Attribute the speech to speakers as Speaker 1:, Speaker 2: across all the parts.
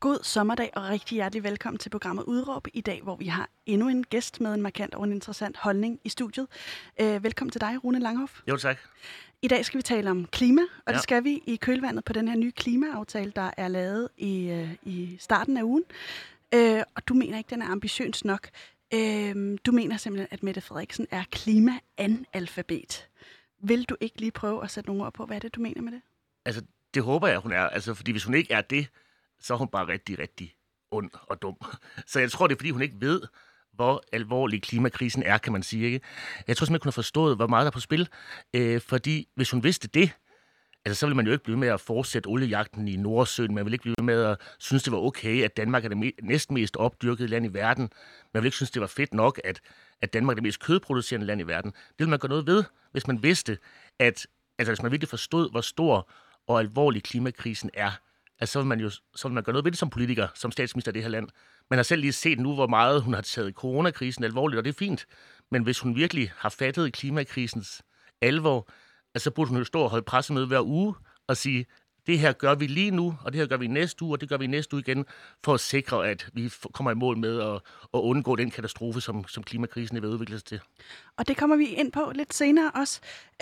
Speaker 1: God sommerdag og rigtig hjertelig velkommen til programmet Udråb i dag, hvor vi har endnu en gæst med en markant og en interessant holdning i studiet. Velkommen til dig, Rune Langhoff.
Speaker 2: Jo, tak.
Speaker 1: I dag skal vi tale om klima, og det skal vi i kølvandet på den her nye klimaaftale, der er lavet i starten af ugen. Og du mener ikke, den er ambitiøs nok. Du mener simpelthen, at Mette Frederiksen er klimaanalfabet. Vil du ikke lige prøve at sætte nogle ord på, hvad er det, du mener med det?
Speaker 2: Altså, det håber jeg, hun er. Altså, fordi hvis hun ikke er det, så er hun bare rigtig, rigtig ond og dum. Så jeg tror, det er, fordi hun ikke ved, hvor alvorlig klimakrisen er, kan man sige. Ikke? Jeg tror simpelthen ikke, hun har forstået, hvor meget der er på spil. Fordi hvis hun vidste det, altså, så ville man jo ikke blive med at fortsætte oliejagten i Nordsøen. Man ville ikke blive med at synes, det var okay, at Danmark er det næsten mest opdyrkede land i verden. Man ville ikke synes, det var fedt nok, at Danmark er det mest kødproducerende land i verden. Det ville man gøre noget ved, hvis man vidste, at altså, hvis man virkelig forstod, hvor stor og alvorlig klimakrisen er. Altså, så vil man gøre noget ved det som politiker, som statsminister af det her land. Man har selv lige set nu, hvor meget hun har taget coronakrisen alvorligt, og det er fint. Men hvis hun virkelig har fattet klimakrisens alvor, altså, så burde hun jo stå og holde pressemøde hver uge og sige, det her gør vi lige nu, og det her gør vi næste uge, og det gør vi næste uge igen, for at sikre, at vi kommer i mål med at undgå den katastrofe, som klimakrisen er ved at udvikle sig til. Og
Speaker 1: det kommer vi ind på lidt senere også.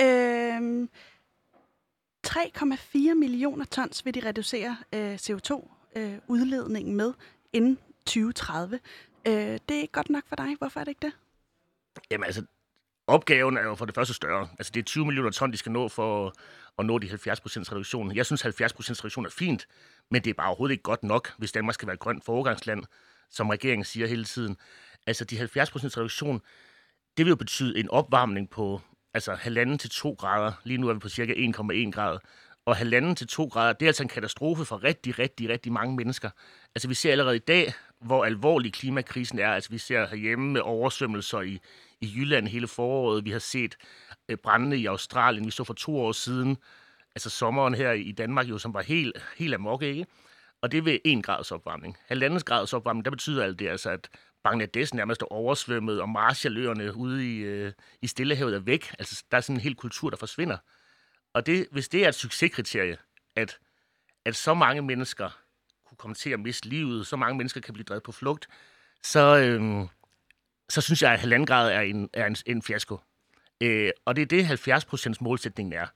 Speaker 1: 3,4 millioner tons vil de reducere CO2-udledningen med inden 2030. Det er ikke godt nok for dig. Hvorfor er det ikke det?
Speaker 2: Jamen altså, opgaven er jo for det første større. Altså det er 20 millioner ton, de skal nå for at nå de 70% reduktion. Jeg synes, 70% reduktion er fint, men det er bare overhovedet ikke godt nok, hvis Danmark skal være et grønt foregangsland, som regeringen siger hele tiden. Altså de 70% reduktion, det vil jo betyde en opvarmning på altså 1,5 til 2 grader. Lige nu er vi på cirka 1,1 grader. Og 1,5 til 2 grader, det er altså en katastrofe for rigtig, rigtig, rigtig mange mennesker. Altså vi ser allerede i dag, hvor alvorlig klimakrisen er. Altså vi ser herhjemme med oversvømmelser i Jylland hele foråret. Vi har set brandene i Australien. Vi så for 2 år siden, altså sommeren her i Danmark jo, som var helt amok, ikke? Og det er ved 1 graders opvarmning. 1,5 graders opvarmning, der betyder alt det, altså at Bangladesh nærmest er oversvømmet, og Marshalløerne ude i Stillehavet er væk. Altså, der er sådan en hel kultur, der forsvinder. Og hvis det er et succeskriterie, at så mange mennesker kunne komme til at miste livet, så mange mennesker kan blive drevet på flugt, så synes jeg, at 1,5 grad er en fiasko. Og det er det, 70% målsætningen er.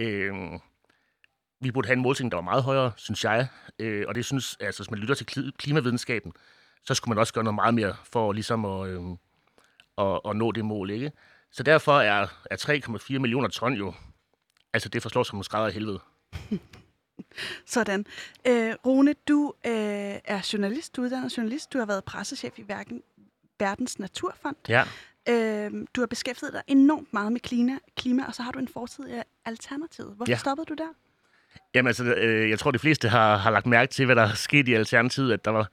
Speaker 2: Vi burde have en målsætning, der var meget højere, synes jeg. Og det synes, altså, hvis man lytter til klimavidenskaben, så skulle man også gøre noget meget mere for ligesom at nå det mål, ikke? Så derfor er 3,4 millioner ton jo, altså det forslår som en skrædder i helvede.
Speaker 1: Sådan. Rune, du er journalist, du er uddannet journalist, du har været pressechef i Verdens Naturfond.
Speaker 2: Ja.
Speaker 1: Du har beskæftiget dig enormt meget med klima, og så har du en fortid i Alternativet. Hvorfor stoppede du der?
Speaker 2: Jamen altså, jeg tror, de fleste har lagt mærke til, hvad der skete i Alternativet, at der var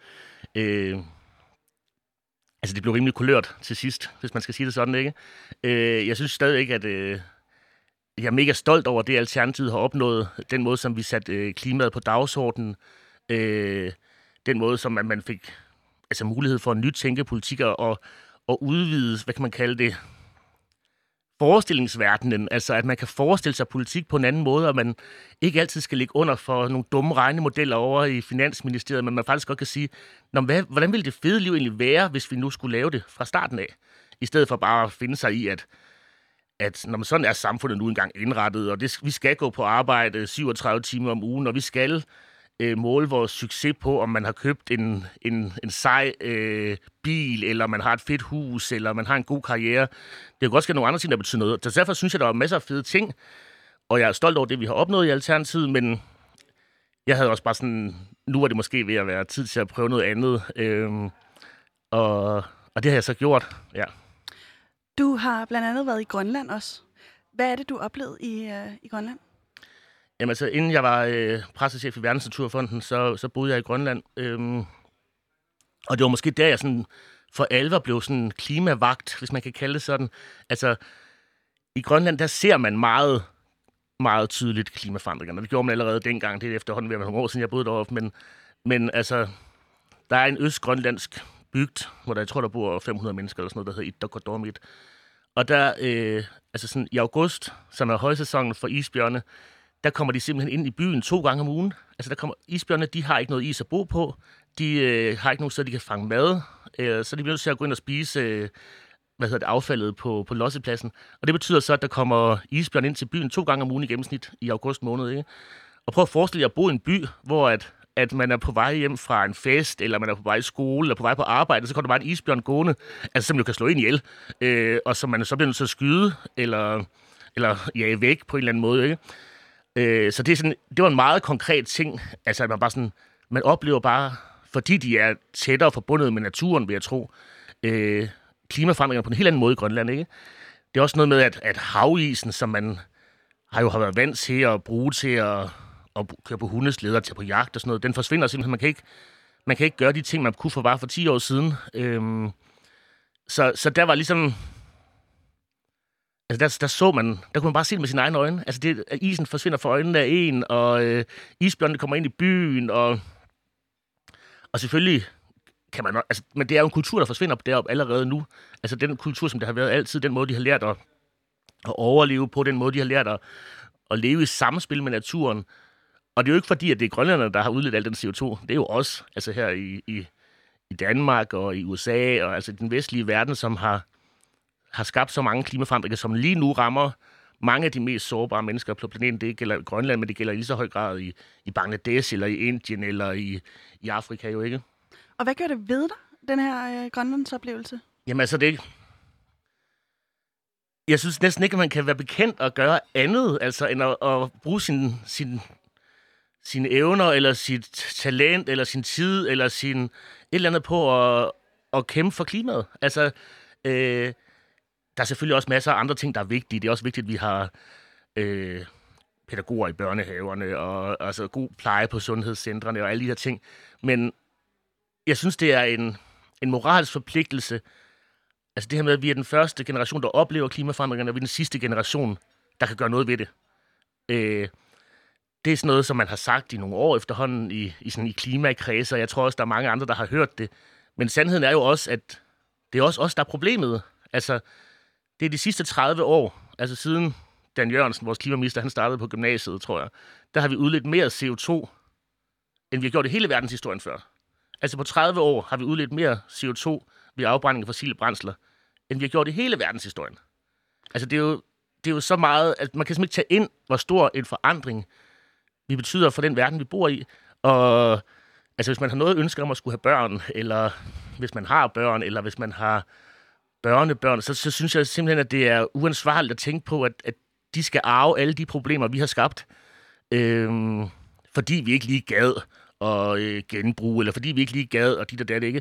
Speaker 2: altså, det blev rimelig kulørt til sidst, hvis man skal sige det sådan, ikke? Jeg synes stadig ikke, at jeg er mega stolt over det, Alternativet har opnået. Den måde, som vi satte klimaet på dagsordenen. Den måde, som man fik altså, mulighed for at nytænke politikker og udvide, hvad kan man kalde det, forestillingsverdenen. Altså, at man kan forestille sig politik på en anden måde, og man ikke altid skal ligge under for nogle dumme regnemodeller over i Finansministeriet, men man faktisk godt kan sige, hvordan ville det fede liv egentlig være, hvis vi nu skulle lave det fra starten af? I stedet for bare at finde sig i, at når man sådan er samfundet nu engang indrettet, og vi skal gå på arbejde 37 timer om ugen, og vi skal måle vores succes på, om man har købt en sej bil, eller man har et fedt hus, eller man har en god karriere. Det kan godt ske nogle andre ting, der betyder noget. Så derfor synes jeg, der var masser af fede ting, og jeg er stolt over det, vi har opnået i Alternativet, men jeg havde også bare sådan, nu var det måske ved at være tid til at prøve noget andet, og det har jeg så gjort, ja.
Speaker 1: Du har blandt andet været i Grønland også. Hvad er det, du oplevede i Grønland?
Speaker 2: Jamen altså, inden jeg var pressechef i Verdens Naturfonden, så boede jeg i Grønland. Og det var måske der, jeg sådan for alvor blev sådan klimavagt, hvis man kan kalde det sådan. Altså, i Grønland, der ser man meget, meget tydeligt klimaforandringerne. Det gjorde man allerede dengang. Det er efterhånden ved nogle år siden, jeg boede deroppe. Men altså, der er en østgrønlandsk bygd, hvor jeg tror, der bor 500 mennesker eller sådan noget, der hedder Ittoqqortoormiit. Og der, altså sådan i august, som er højsæsonen for isbjørne, der kommer de simpelthen ind i byen 2 gange om ugen. Altså isbjørnene, de har ikke noget is at bo på. De har ikke nogen sted, de kan fange mad. Så de bliver nødt til at gå ind og spise affaldet på lossepladsen. Og det betyder så, at der kommer isbjørn ind til byen 2 gange om ugen i gennemsnit i august måned. Ikke? Og prøv at forestille jer at bo i en by, hvor at man er på vej hjem fra en fest, eller man er på vej i skole, eller på vej på arbejde, så kommer der bare en isbjørn gående, altså som jo kan slå en ihjel, og som man så bliver nødt til at skyde, eller jage væk på en eller anden måde. Ikke? Så det var en meget konkret ting, altså at man oplever bare, fordi de er tættere forbundet med naturen, vil jeg tro, klimaforandringer på en helt anden måde i Grønland. Ikke? Det er også noget med, at havisen, som man har været vant til at bruge til at køre på hundesleder, til på jagt og sådan noget, den forsvinder simpelthen. Man kan ikke gøre de ting, man kunne for bare for 10 år siden. Så der var ligesom... Altså der kunne man bare se det med sine egne øjne. Altså isen forsvinder for øjnene af en, og isbjørnene kommer ind i byen, og selvfølgelig kan man... Altså, men det er jo en kultur, der forsvinder deroppe allerede nu. Altså den kultur, som det har været altid, den måde, de har lært at overleve på, den måde, de har lært at leve i samspil med naturen. Og det er jo ikke fordi, at det er grønlænderne, der har udledt al den CO2. Det er jo os, altså her i Danmark og i USA, og altså den vestlige verden, som har skabt så mange klimaforandringer, som lige nu rammer mange af de mest sårbare mennesker på planeten. Det gælder i Grønland, men det gælder i lige så høj grad i Bangladesh, eller i Indien, eller i Afrika jo ikke.
Speaker 1: Og hvad gør det ved dig, den her Grønlandsoplevelse? Jamen
Speaker 2: altså det... Jeg synes næsten ikke, at man kan være bekendt at gøre andet, altså end at bruge sine evner, eller sit talent, eller sin tid, eller et eller andet på at kæmpe for klimaet. Altså, der er selvfølgelig også masser af andre ting, der er vigtige. Det er også vigtigt, at vi har pædagoger i børnehaverne, og altså god pleje på sundhedscentrene, og alle de her ting. Men jeg synes, det er en moralsk forpligtelse. Altså det her med, at vi er den første generation, der oplever klimaforandringerne, og vi er den sidste generation, der kan gøre noget ved det. Det er sådan noget, som man har sagt i nogle år efterhånden i klimakredser. Jeg tror også, der er mange andre, der har hørt det. Men sandheden er jo også, at det er også os, der er problemet. Altså, det er de sidste 30 år, altså siden Dan Jørgensen, vores klimaminister, han startede på gymnasiet, tror jeg, der har vi udledt mere CO2, end vi har gjort i hele verdenshistorien før. Altså på 30 år har vi udledt mere CO2 ved afbrænding af fossile brændsler, end vi har gjort i hele verdenshistorien. Altså det er jo så meget, at man kan simpelthen ikke tage ind, hvor stor en forandring vi betyder for den verden, vi bor i. Og altså hvis man har noget ønske om at skulle have børn, eller hvis man har børn, eller hvis man har børnebørn, så synes jeg simpelthen, at det er uansvarligt at tænke på, at de skal arve alle de problemer, vi har skabt, fordi vi ikke lige gad at genbruge, eller fordi vi ikke lige gad, og dit og dat, ikke?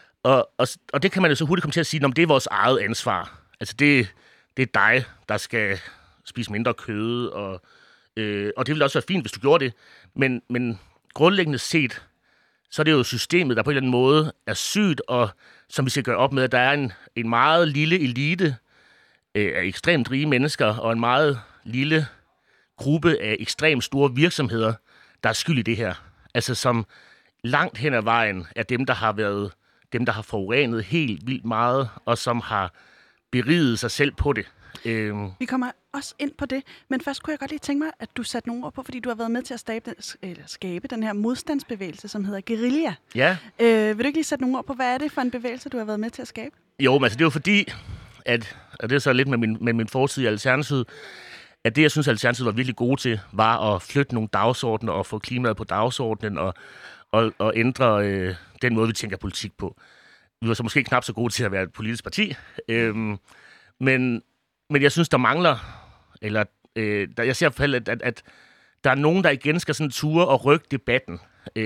Speaker 2: Og det kan man jo så hurtigt komme til at sige, at det er vores eget ansvar. Altså det er dig, der skal spise mindre kød, og det ville også være fint, hvis du gjorde det. Men grundlæggende set, så er det jo systemet, der på en eller anden måde er sygt, og som vi skal gøre op med, at der er en meget lille elite af ekstremt rige mennesker, og en meget lille gruppe af ekstremt store virksomheder, der er skyld i det her. Altså som langt hen ad vejen er dem, der har været dem, der har forurenet helt vildt meget, og som har beriget sig selv på det.
Speaker 1: Vi kommer også ind på det, men først kunne jeg godt lige tænke mig, at du satte nogle ord på, fordi du har været med til at skabe den her modstandsbevægelse, som hedder guerilla.
Speaker 2: Ja.
Speaker 1: Vil du ikke lige sætte nogle ord på, hvad er det for en bevægelse, du har været med til at skabe?
Speaker 2: Jo, men altså det er jo fordi, og det er så lidt med min fortid i Alternativet, at det, jeg synes, Alternativet var virkelig gode til, var at flytte nogle dagsordner og få klimaet på dagsordenen og ændre den måde, vi tænker politik på. Vi var så måske knap så gode til at være et politisk parti, men jeg synes, der mangler, eller jeg ser i hvert fald, at der er nogen, der igen skal sådan ture og rykke debatten.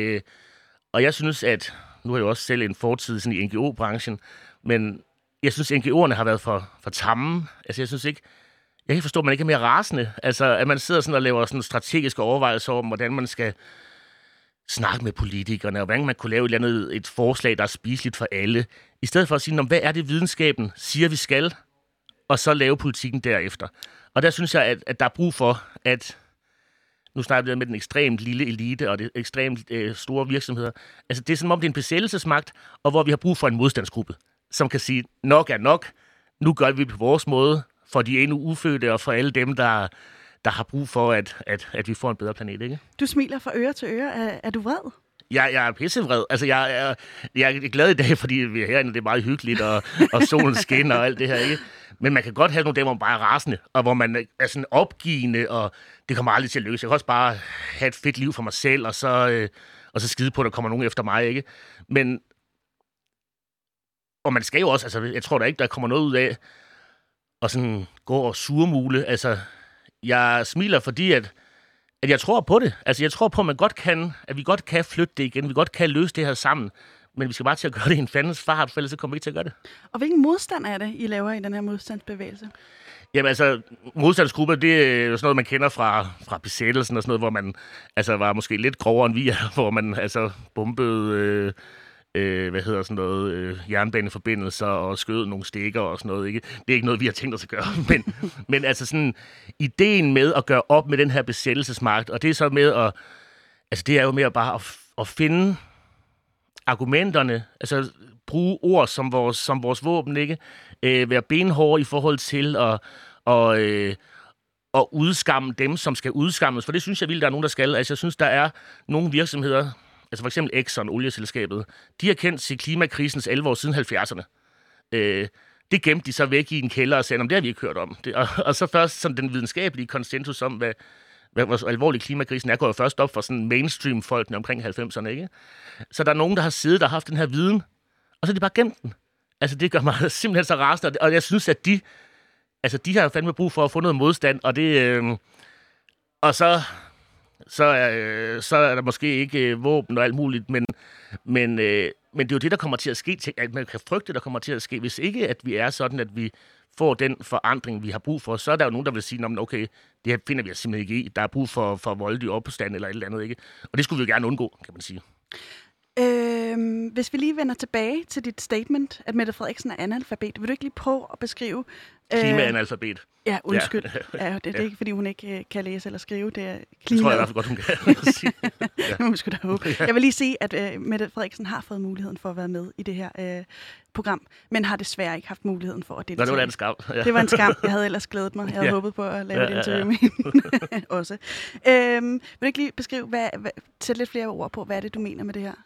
Speaker 2: Og jeg synes, at nu har jeg jo også selv en fortid sådan i NGO-branchen, men jeg synes, NGO'erne har været for tamme. Altså, jeg synes ikke, jeg kan forstå, at man ikke er mere rasende. Altså, at man sidder sådan og laver sådan strategiske overvejelser om, hvordan man skal snakke med politikerne, og hvordan man kunne lave et forslag, der er spiseligt for alle, i stedet for at sige, hvad er det videnskaben siger, vi skal, og så lave politikken derefter. Og der synes jeg, at der er brug for, at nu snakker vi med den ekstremt lille elite og det ekstremt store virksomheder. Altså, det er som om, det er en besættelsesmagt, og hvor vi har brug for en modstandsgruppe, som kan sige, nok er nok, nu gør vi på vores måde, for de endnu ufødte, og for alle dem, der der har brug for, at vi får en bedre planet, ikke?
Speaker 1: Du smiler fra øre til øre. Er du vred?
Speaker 2: Jeg er pissevred. Altså, jeg er glad i dag, fordi vi er herinde, det er meget hyggeligt, og solen skinner og alt det her, ikke? Men man kan godt have nogle dage, hvor man bare er rasende, og hvor man er sådan opgivende, og det kommer aldrig til at lykkes. Jeg kan også bare have et fedt liv for mig selv, og så skide på, at der kommer nogen efter mig, ikke? Men, og man skal jo også, altså, jeg tror da ikke, der kommer noget ud af at sådan gå og surmule. Altså, jeg smiler, fordi at jeg tror på det. Altså, jeg tror på, at vi godt kan flytte det igen. Vi godt kan løse det her sammen. Men vi skal bare til at gøre det i en fandens fart, for ellers så kommer vi ikke til at gøre det. Og
Speaker 1: hvilken modstand er det, I laver i den her modstandsbevægelse?
Speaker 2: Jamen altså, modstandsgrupper, det er jo sådan noget, man kender fra besættelsen og sådan noget, hvor man altså var måske lidt grovere end vi er, hvor man altså bombede jernbaneforbindelser og skød nogle stikker og sådan noget, ikke? Det er ikke noget, vi har tænkt os at gøre, men altså sådan, ideen med at gøre op med den her besættelsesmagt, og det er så med at, altså det er jo med at bare at finde argumenterne, altså bruge ord som vores våben, ikke? Være benhårde i forhold til at udskamme dem, som skal udskammes, for det synes jeg vildt, der er nogen, der skal. Altså jeg synes, der er nogle virksomheder, altså for eksempel Exxon, olieselskabet, de har kendt til klimakrisens alvor siden 70'erne. Det gemte de så væk i en kælder og sagde, det har vi ikke hørt om. Og så først sådan den videnskabelige konsensus om, hvor alvorlig klimakrisen er, går jo først op for sådan mainstream-folkene omkring 90'erne, ikke? Så der er nogen, der har siddet og haft den her viden, og så er de bare gemt den. Altså, det gør mig simpelthen så rasende, og jeg synes, at de har fandme brug for at få noget modstand, og det... og så er der måske ikke våben og alt muligt, men det er jo det, der kommer til at ske, at man kan frygte, der kommer til at ske, hvis ikke, at vi er sådan, at vi får den forandring, vi har brug for, så er der jo nogen, der vil sige, okay, det her finder vi os simpelthen ikke i. Der er brug for voldelig opstand eller et eller andet, ikke? Og det skulle vi jo gerne undgå, kan man sige.
Speaker 1: Hvis vi lige vender tilbage til dit statement, at Mette Frederiksen er analfabet, vil du ikke lige prøve at beskrive...
Speaker 2: Klimaanalfabet.
Speaker 1: Ja, undskyld. Ja, det er ikke, fordi hun ikke kan læse eller skrive. Det er klima.
Speaker 2: Det tror jeg i hvert fald godt, hun kan.
Speaker 1: Nu skal du håbe. Jeg vil lige sige, at Mette Frederiksen har fået muligheden for at være med i det her program, men har desværre ikke haft muligheden for at deltage.
Speaker 2: Det var en skam. Ja.
Speaker 1: Det var en skam. Jeg havde ellers glædet mig. Jeg havde håbet på at lave et interview med hende også. Vil du ikke lige beskrive, sætte lidt flere ord på, hvad er det, du mener med det her?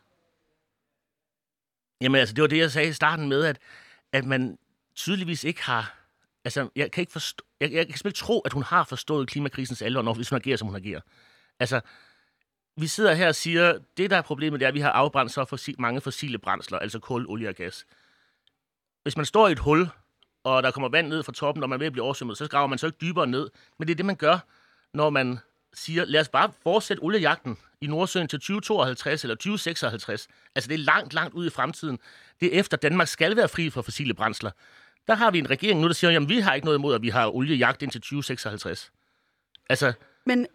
Speaker 2: Jamen altså, det var det, jeg sagde i starten med, at man tydeligvis ikke har... Altså, jeg kan simpelthen ikke tro, at hun har forstået klimakrisens alvor, hvis hun agerer, som hun agerer. Altså, vi sidder her og siger, det der er problemet, det er, at vi har afbrændt så mange fossile brændsler, altså kul, olie og gas. Hvis man står i et hul, og der kommer vand ned fra toppen, og man er ved at blive oversvømmet, så graver man så ikke dybere ned. Men det er det, man gør, når man siger, lad os bare fortsætte oliejagten i Nordsøen til 2052 eller 2056. Altså, det er langt, langt ud i fremtiden. Det er efter, Danmark skal være fri for fossile brændsler. Der har vi en regering nu, der siger, jamen vi har ikke noget imod, at vi har oliejagt indtil 2056. Altså... Men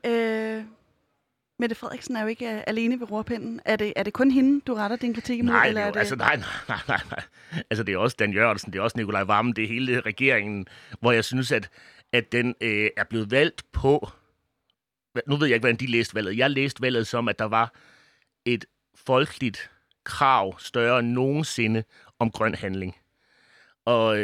Speaker 1: Mette Frederiksen er jo ikke alene ved rorpinden. Er det kun hende, du retter din kritik imod?
Speaker 2: Nej,
Speaker 1: eller
Speaker 2: nej. Altså det er også Dan Jørgensen, det er også Nikolaj Wammen, det er hele regeringen, hvor jeg synes, at den er blevet valgt på... Nu ved jeg ikke, hvordan de læste valget. Jeg læste valget som, at der var et folkeligt krav større end nogensinde om grøn handling. Og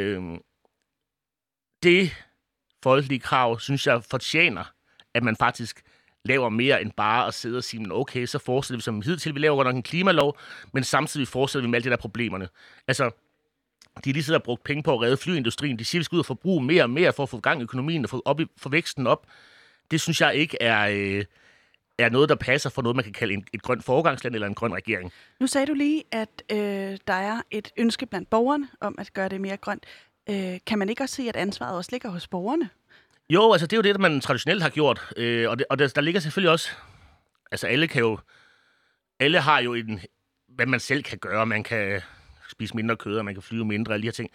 Speaker 2: det folkelige krav, synes jeg, fortjener, at man faktisk laver mere end bare at sidde og sige, okay, så fortsætter vi som hidtil. Vi laver godt nok en klimalov, men samtidig fortsætter vi med alle de der problemerne. Altså, de lige sidder og brugt penge på at redde flyindustrien. De siger, vi skal ud og forbruge mere og mere for at få gang i økonomien og få væksten op. Det synes jeg ikke er noget, der passer for noget, man kan kalde et grønt foregangsland eller en grøn regering.
Speaker 1: Nu sagde du lige, at der er et ønske blandt borgerne om at gøre det mere grønt. Kan man ikke også se, at ansvaret også ligger hos borgerne?
Speaker 2: Jo, altså det er jo det, man traditionelt har gjort. Og der ligger selvfølgelig også... Altså alle har jo hvad man selv kan gøre. Man kan spise mindre kød, og man kan flyve mindre, alle de her ting.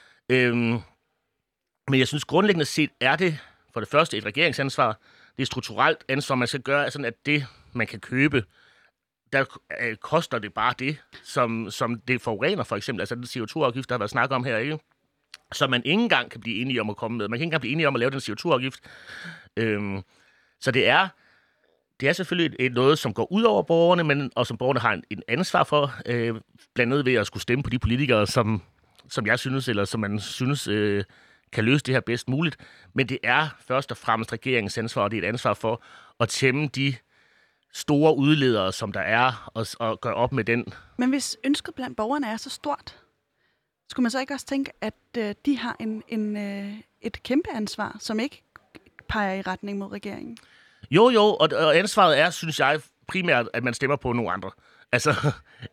Speaker 2: Men jeg synes grundlæggende set er det for det første et regeringsansvar. Det er strukturelt ansvar, man skal gøre, sådan at det, man kan købe, der koster det bare det, som det forurener, for eksempel. Altså den CO2-afgift, der har været snak om her, ikke? Så man ikke engang kan blive enige om at komme med. Man kan ikke engang blive enige om at lave den CO2-afgift. Så det er selvfølgelig noget, som går ud over borgerne, og som borgerne har en ansvar for, blandt andet ved at skulle stemme på de politikere, som jeg synes, eller som man synes kan løse det her bedst muligt. Men det er først og fremmest regeringens ansvar, og det er et ansvar for at tæmme de store udledere, som der er, og gøre op med den.
Speaker 1: Men hvis ønsket blandt borgerne er så stort, skulle man så ikke også tænke, at de har et kæmpe ansvar, som ikke peger i retning mod regeringen?
Speaker 2: Jo, og ansvaret er, synes jeg, primært, at man stemmer på nogle andre. Altså,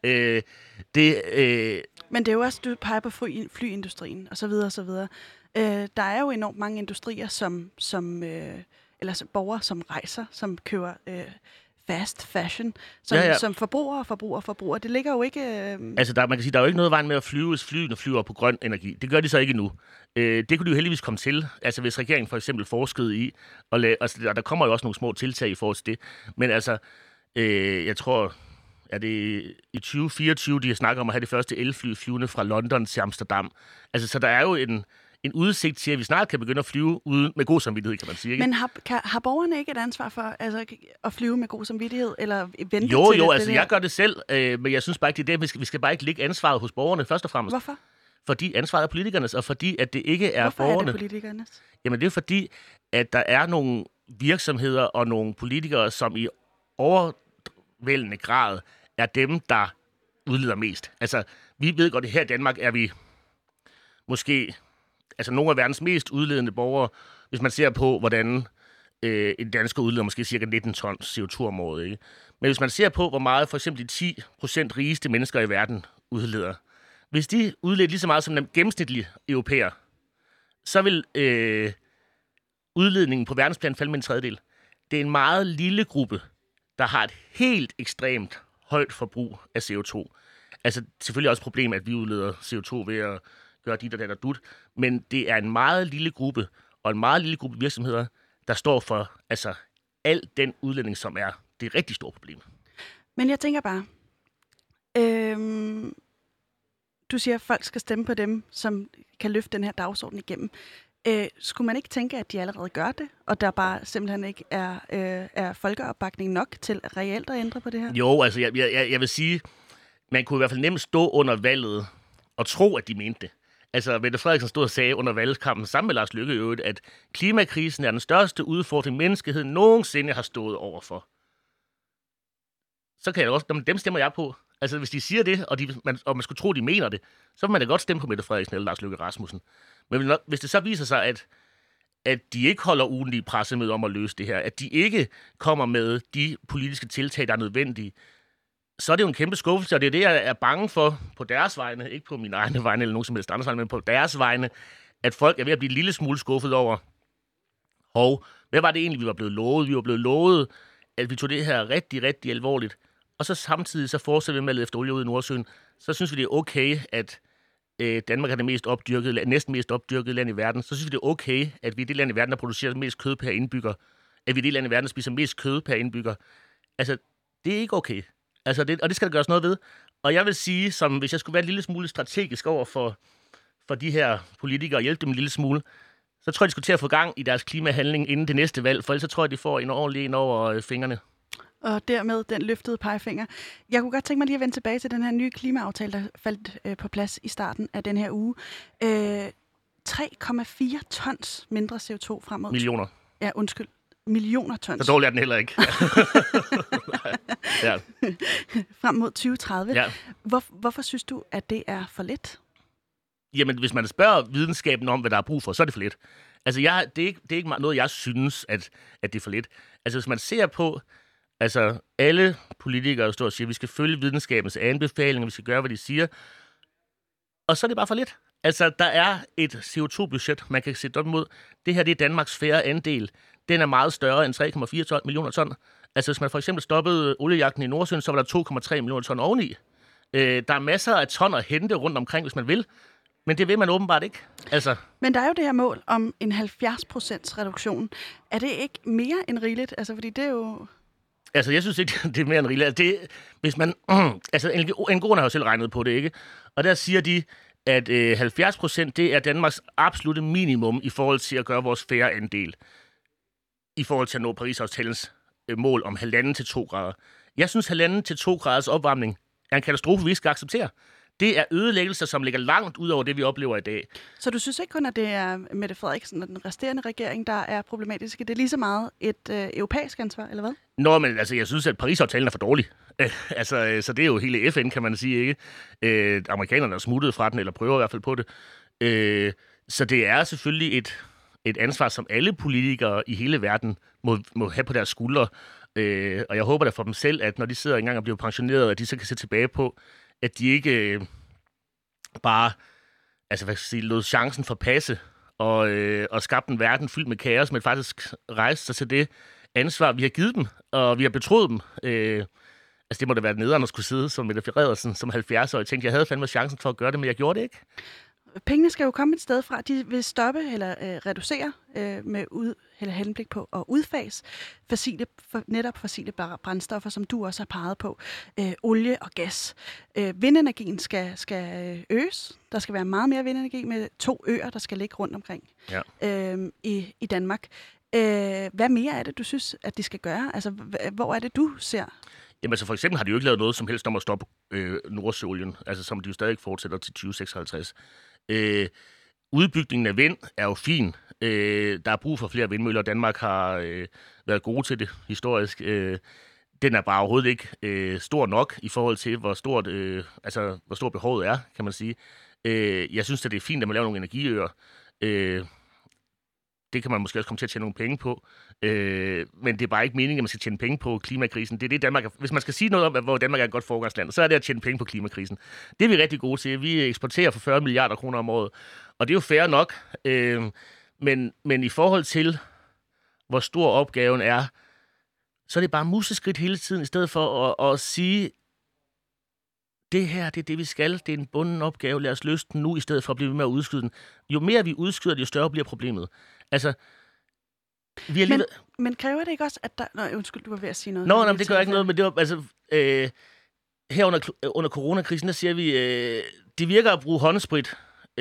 Speaker 1: Men det er jo også, du peger på flyindustrien, og så videre, og så videre. Der er jo enormt mange industrier, eller borgere, som rejser, som køber fast fashion, som forbruger. Det ligger jo ikke...
Speaker 2: Altså, man kan sige, der er jo ikke noget vejen med at flyve, hvis flyene flyver på grøn energi. Det gør de så ikke endnu. Det kunne de jo heldigvis komme til. Altså, hvis regeringen for eksempel forskede i, og der kommer jo også nogle små tiltag i forhold til det. Men altså, jeg tror, at det i 2024, de har snakket om at have det første elfly flyvende fra London til Amsterdam. Altså, så der er jo en udsigt til, at vi snart kan begynde at flyve uden med god samvittighed, kan man sige. Ikke?
Speaker 1: Men har borgerne ikke et ansvar for at flyve med god samvittighed, eller vente
Speaker 2: jo,
Speaker 1: til
Speaker 2: altså jeg gør det selv, men jeg synes bare ikke, det er det. Vi skal bare ikke lægge ansvaret hos borgerne, først og fremmest.
Speaker 1: Hvorfor?
Speaker 2: Fordi ansvaret er politikernes, og fordi at det ikke er borgerne.
Speaker 1: Hvorfor er det politikernes?
Speaker 2: Jamen det er fordi, at der er nogle virksomheder og nogle politikere, som i overvældende grad er dem, der udleder mest. Altså, vi ved godt, at her i Danmark er vi måske nogle af verdens mest udledende borgere, hvis man ser på, hvordan en dansker udleder måske cirka 19 tons CO2 om året. Ikke? Men hvis man ser på, hvor meget for eksempel de 10% rigeste mennesker i verden udleder, hvis de udleder lige så meget som den gennemsnitlige europæer, så vil udledningen på verdensplan falde med en tredjedel. Det er en meget lille gruppe, der har et helt ekstremt højt forbrug af CO2. Altså selvfølgelig også et problem, at vi udleder CO2 ved at gøre dit og dat og dut, men det er en meget lille gruppe, og en meget lille gruppe virksomheder, der står for al den udledning, som er det rigtig store problem.
Speaker 1: Men jeg tænker bare, du siger, at folk skal stemme på dem, som kan løfte den her dagsorden igennem. Skulle man ikke tænke, at de allerede gør det, og der bare simpelthen ikke er folkeopbakning nok til reelt at ændre på det her?
Speaker 2: Jo, altså jeg vil sige, man kunne i hvert fald nemt stå under valget og tro, at de mente det. Altså, Mette Frederiksen stod og sagde under valgkampen sammen med Lars Løkke Rasmussen, at klimakrisen er den største udfordring, menneskeheden nogensinde har stået overfor. Så kan jeg også, dem stemmer jeg på. Altså, hvis de siger det, og man skulle tro, de mener det, så vil man da godt stemme på Mette Frederiksen eller Lars Løkke Rasmussen. Men hvis det så viser sig, at de ikke holder ugentlige pressemøder om at løse det her, at de ikke kommer med de politiske tiltag, der er nødvendige, så er det jo en kæmpe skuffelse, og det er det, jeg er bange for på deres vegne, ikke på mine egne vegne eller nogen som helst andres vegne, men på deres vegne, at folk er ved at blive en lille smule skuffet over. Og hvad var det egentlig, vi var blevet lovet? Vi var blevet lovet, at vi tog det her rigtig, rigtig alvorligt, og så samtidig så fortsætter vi med at lede efter olie ud i Nordsøen. Så synes vi, det er okay, at Danmark er det næsten mest opdyrkede land i verden. Så synes vi, det er okay, at vi er det land i verden, der producerer mest kød per indbygger. At vi er det land i verden, der spiser mest kød per indbygger. Altså, det er ikke okay. Altså, det skal der gøres noget ved. Og jeg vil sige, som hvis jeg skulle være en lille smule strategisk over for de her politikere og hjælpe dem en lille smule, så tror jeg, de skulle til at få gang i deres klimahandling inden det næste valg, for ellers så tror jeg, de får en ordentlig ind over fingrene.
Speaker 1: Og dermed den løftede pegefinger. Jeg kunne godt tænke mig lige at vende tilbage til den her nye klimaaftale, der faldt på plads i starten af den her uge. 3,4 tons mindre CO2 frem mod...
Speaker 2: Millioner.
Speaker 1: Ja, undskyld. Millioner tons.
Speaker 2: Så dårlig er den heller ikke. Ja.
Speaker 1: Frem mod 2030.
Speaker 2: Ja.
Speaker 1: Hvorfor synes du, at det er for lidt?
Speaker 2: Jamen, hvis man spørger videnskaben om, hvad der er brug for, så er det for lidt. Altså, det er ikke noget, jeg synes, at det er for lidt. Altså, hvis man ser på, alle politikere står og siger, at vi skal følge videnskabens anbefalinger, vi skal gøre, hvad de siger, og så er det bare for lidt. Altså, der er et CO2-budget, man kan sætte op imod. Det her, det er Danmarks færre andel. Den er meget større end 3,4 millioner ton. Altså, hvis man for eksempel stoppede oliejagten i Nordsøen, så var der 2,3 millioner ton oveni. Der er masser af ton at hente rundt omkring, hvis man vil. Men det vil man åbenbart ikke. Altså. Men
Speaker 1: der er jo det her mål om en 70% reduktion. Er det ikke mere end rigeligt? Altså, fordi det er jo...
Speaker 2: Altså, jeg synes ikke, det er mere end rigeligt. Altså, hvis man... NGO'erne har jo selv regnet på det, ikke? Og der siger de, at 70% det er Danmarks absolutte minimum i forhold til at gøre vores færre andel. I forhold til at nå Paris-aftalens mål om 1,5 til 2 grader. Jeg synes, 1,5 til 2 graders opvarmning er en katastrofe, vi skal acceptere. Det er ødelæggelser, som ligger langt ud over det, vi oplever i dag.
Speaker 1: Så du synes ikke kun, at det er Mette Frederiksen og den resterende regering, der er problematiske? Det er lige så meget et europæisk ansvar, eller hvad?
Speaker 2: Nå, men altså, jeg synes, at Paris-aftalen er for dårlig. Så det er jo hele FN, kan man sige, ikke? Amerikanerne er smuttet fra den, eller prøver i hvert fald på det. Så det er selvfølgelig et ansvar, som alle politikere i hele verden må have på deres skuldre. Og jeg håber da for dem selv, at når de sidder engang og bliver pensioneret, at de så kan se tilbage på, at de ikke bare lod chancen forpasse og skabte en verden fyldt med kaos, men faktisk rejste sig til det ansvar, vi har givet dem, og vi har betroet dem. Det må da være nederen at skulle sidde som Mette Frederiksen som 70-årig. Jeg tænkte, jeg havde fandme chancen for at gøre det, men jeg gjorde det ikke.
Speaker 1: Pengene skal jo komme et sted fra. De vil stoppe eller reducere eller henblik på at udfase netop fossile brændstoffer, som du også har peget på. Olie og gas. Vindenergien skal øges. Der skal være meget mere vindenergi med 2 øer, der skal ligge rundt omkring i Danmark. Hvad mere er det, du synes, at de skal gøre? Altså, hvor er det, du ser?
Speaker 2: Jamen altså for eksempel har de jo ikke lavet noget som helst om at stoppe Nordsøolien, altså som de jo stadig fortsætter til 2056. Udbygningen af vind er jo fin. Der er brug for flere vindmøller. Danmark har været gode til det historisk. Den er bare overhovedet ikke stor nok i forhold til, hvor stort behovet er, kan man sige. Jeg synes, at det er fint, at man laver nogle energiøer. Det kan man måske også komme til at tjene nogle penge på. Men det er bare ikke meningen, at man skal tjene penge på klimakrisen. Det er det, Danmark er. Hvis man skal sige noget om, hvor Danmark er et godt foregangsland, så er det at tjene penge på klimakrisen. Det er vi rigtig gode til. Vi eksporterer for 40 milliarder kroner om året. Og det er jo fair nok. Men i forhold til, hvor stor opgaven er, så er det bare museskridt hele tiden, i stedet for at sige, det her, det er det, vi skal. Det er en bunden opgave. Lad os løse den nu, i stedet for at blive ved med at udskyde den. Jo mere vi udskyder, jo større bliver problemet. Altså, vi er
Speaker 1: men kræver det ikke også, at der... Nå, undskyld, du var ved at sige noget.
Speaker 2: Nå, det gør ikke noget, men det var... Altså, her under coronakrisen, der siger vi, det virker at bruge håndsprit,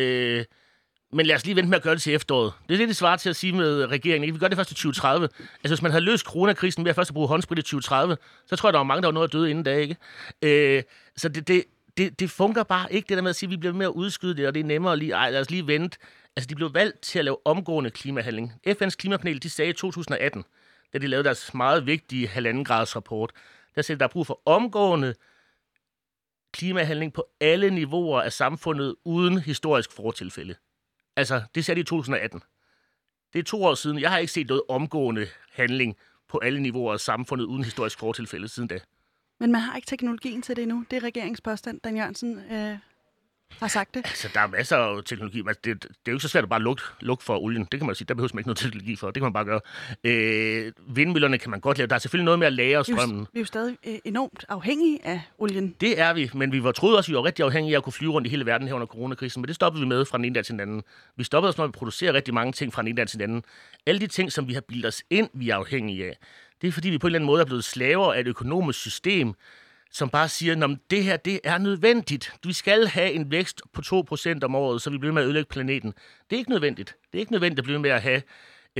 Speaker 2: men lad os lige vente med at gøre det til efteråret. Det er det, de svarer til at sige med regeringen. Ikke? Vi gør det først i 2030. Altså, hvis man havde løst coronakrisen ved at først at bruge håndsprit i 2030, så tror jeg, der var mange, der var noget at døde inden da, ikke? Så det fungerer bare ikke, det der med at sige, at vi bliver med at udskyde det, og det er nemmere lige, lad os lige vente. Altså, de blev valgt til at lave omgående klimahandling. FN's klimapanel, de sagde i 2018, da de lavede deres meget vigtige 1,5 graders rapport, der sagde, at der er brug for omgående klimahandling på alle niveauer af samfundet uden historisk fortilfælde. Altså, det sagde de i 2018. Det er 2 år siden. Jeg har ikke set noget omgående handling på alle niveauer af samfundet uden historisk fortilfælde siden da.
Speaker 1: Men man har ikke teknologien til det endnu. Det er regeringspåstand, Dan Jørgensen har sagt det.
Speaker 2: Altså, der er masser af teknologi. Altså, det er jo ikke så svært at bare lukke for olien. Det kan man sige. Der behøver man ikke noget teknologi for. Det kan man bare gøre. Vindmøllerne kan man godt lave. Der er selvfølgelig noget med at lagre strømmen.
Speaker 1: Vi er jo stadig enormt afhængige af olien.
Speaker 2: Det er vi, men vi troede også, at vi var rigtig afhængige af at kunne flyve rundt i hele verden her under coronakrisen. Men det stoppede vi med fra den ene dag til den anden. Vi stoppede os, når vi producerer rigtig mange ting fra den ene dag til den anden. Alle de ting, som vi har bildet os ind, vi er afhængige af. Det er fordi, vi på en eller anden måde er blevet slaver af et økonomisk system, som bare siger, at det her, det er nødvendigt. Vi skal have en vækst på 2% om året, så vi bliver med at ødelægge planeten. Det er ikke nødvendigt. Det er ikke nødvendigt at blive med at have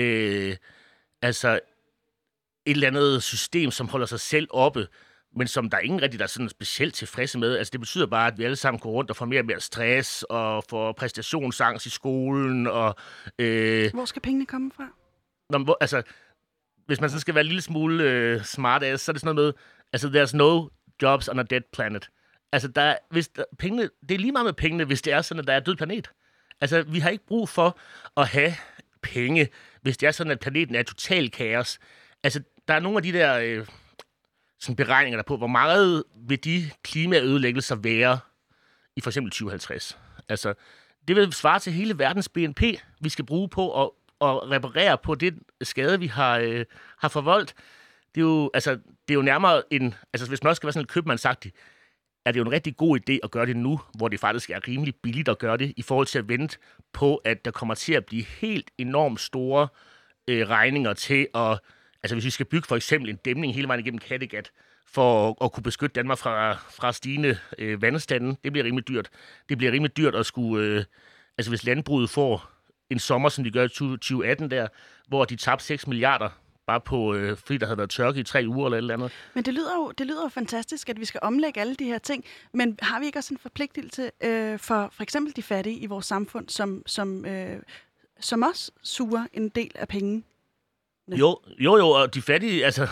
Speaker 2: et eller andet system, som holder sig selv oppe, men som der er ingen rigtig, der er sådan specielt tilfredse med. Altså, det betyder bare, at vi alle sammen går rundt og får mere og mere stress, og får præstationsangst i skolen. Og,
Speaker 1: hvor skal pengene komme fra?
Speaker 2: Hvis man så skal være en lille smule smart ass, så er det sådan noget med, altså, there's no jobs on a dead planet. Altså, pengene, det er lige meget med pengene, hvis det er sådan, at der er et død planet. Altså, vi har ikke brug for at have penge, hvis det er sådan, at planeten er total kaos. Altså, der er nogle af de der sådan beregninger der på, hvor meget vil de klimaødelæggelser være i for eksempel 2050. Altså, det vil svare til hele verdens BNP, vi skal bruge på at reparere på det skade, vi har forvoldt. Det er jo nærmere en... Altså, hvis man også skal være sådan en købmandsagtig, er det jo en rigtig god idé at gøre det nu, hvor det faktisk er rimelig billigt at gøre det, i forhold til at vente på, at der kommer til at blive helt enormt store regninger til at... Altså, hvis vi skal bygge for eksempel en dæmning hele vejen igennem Kattegat, for at kunne beskytte Danmark fra stigende vandstanden, det bliver rimelig dyrt. Det bliver rimelig dyrt at skulle... altså, hvis landbruget får en sommer, som de gør i 2018 der, hvor de tabte 6 milliarder bare på, fordi der havde været tørke i 3 uger eller et eller andet.
Speaker 1: Men det lyder jo fantastisk, at vi skal omlægge alle de her ting. Men har vi ikke også en forpligtelse for eksempel de fattige i vores samfund, som også suger en del af penge?
Speaker 2: Jo, og de fattige, altså...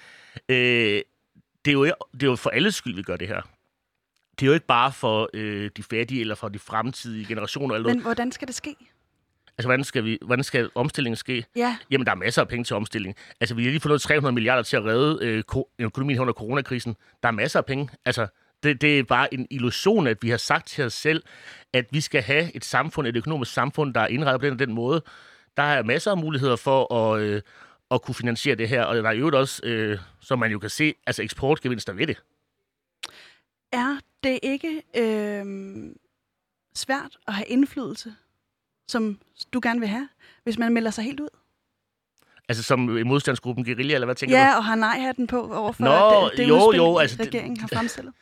Speaker 2: det er jo for alles skyld, vi gør det her. Det er jo ikke bare for de fattige eller for de fremtidige generationer. Eller
Speaker 1: Men hvordan skal det ske?
Speaker 2: Altså, hvordan skal omstillingen ske?
Speaker 1: Ja.
Speaker 2: Jamen, der er masser af penge til omstilling. Altså, vi har lige fået 300 milliarder til at redde økonomien under coronakrisen. Der er masser af penge. Altså, det er bare en illusion, at vi har sagt til os selv, at vi skal have et økonomisk samfund, der er indrettet på den måde. Der er masser af muligheder for at kunne finansiere det her, og der er jo også, som man jo kan se, altså eksportgevinster ved det.
Speaker 1: Er det ikke svært at have indflydelse, som du gerne vil have, hvis man melder sig helt ud?
Speaker 2: Altså som i modstandsgruppen Guerilla, eller hvad tænker du?
Speaker 1: Ja, og har nej-hatten på overfor det udspil, altså, regeringen har fremstillet.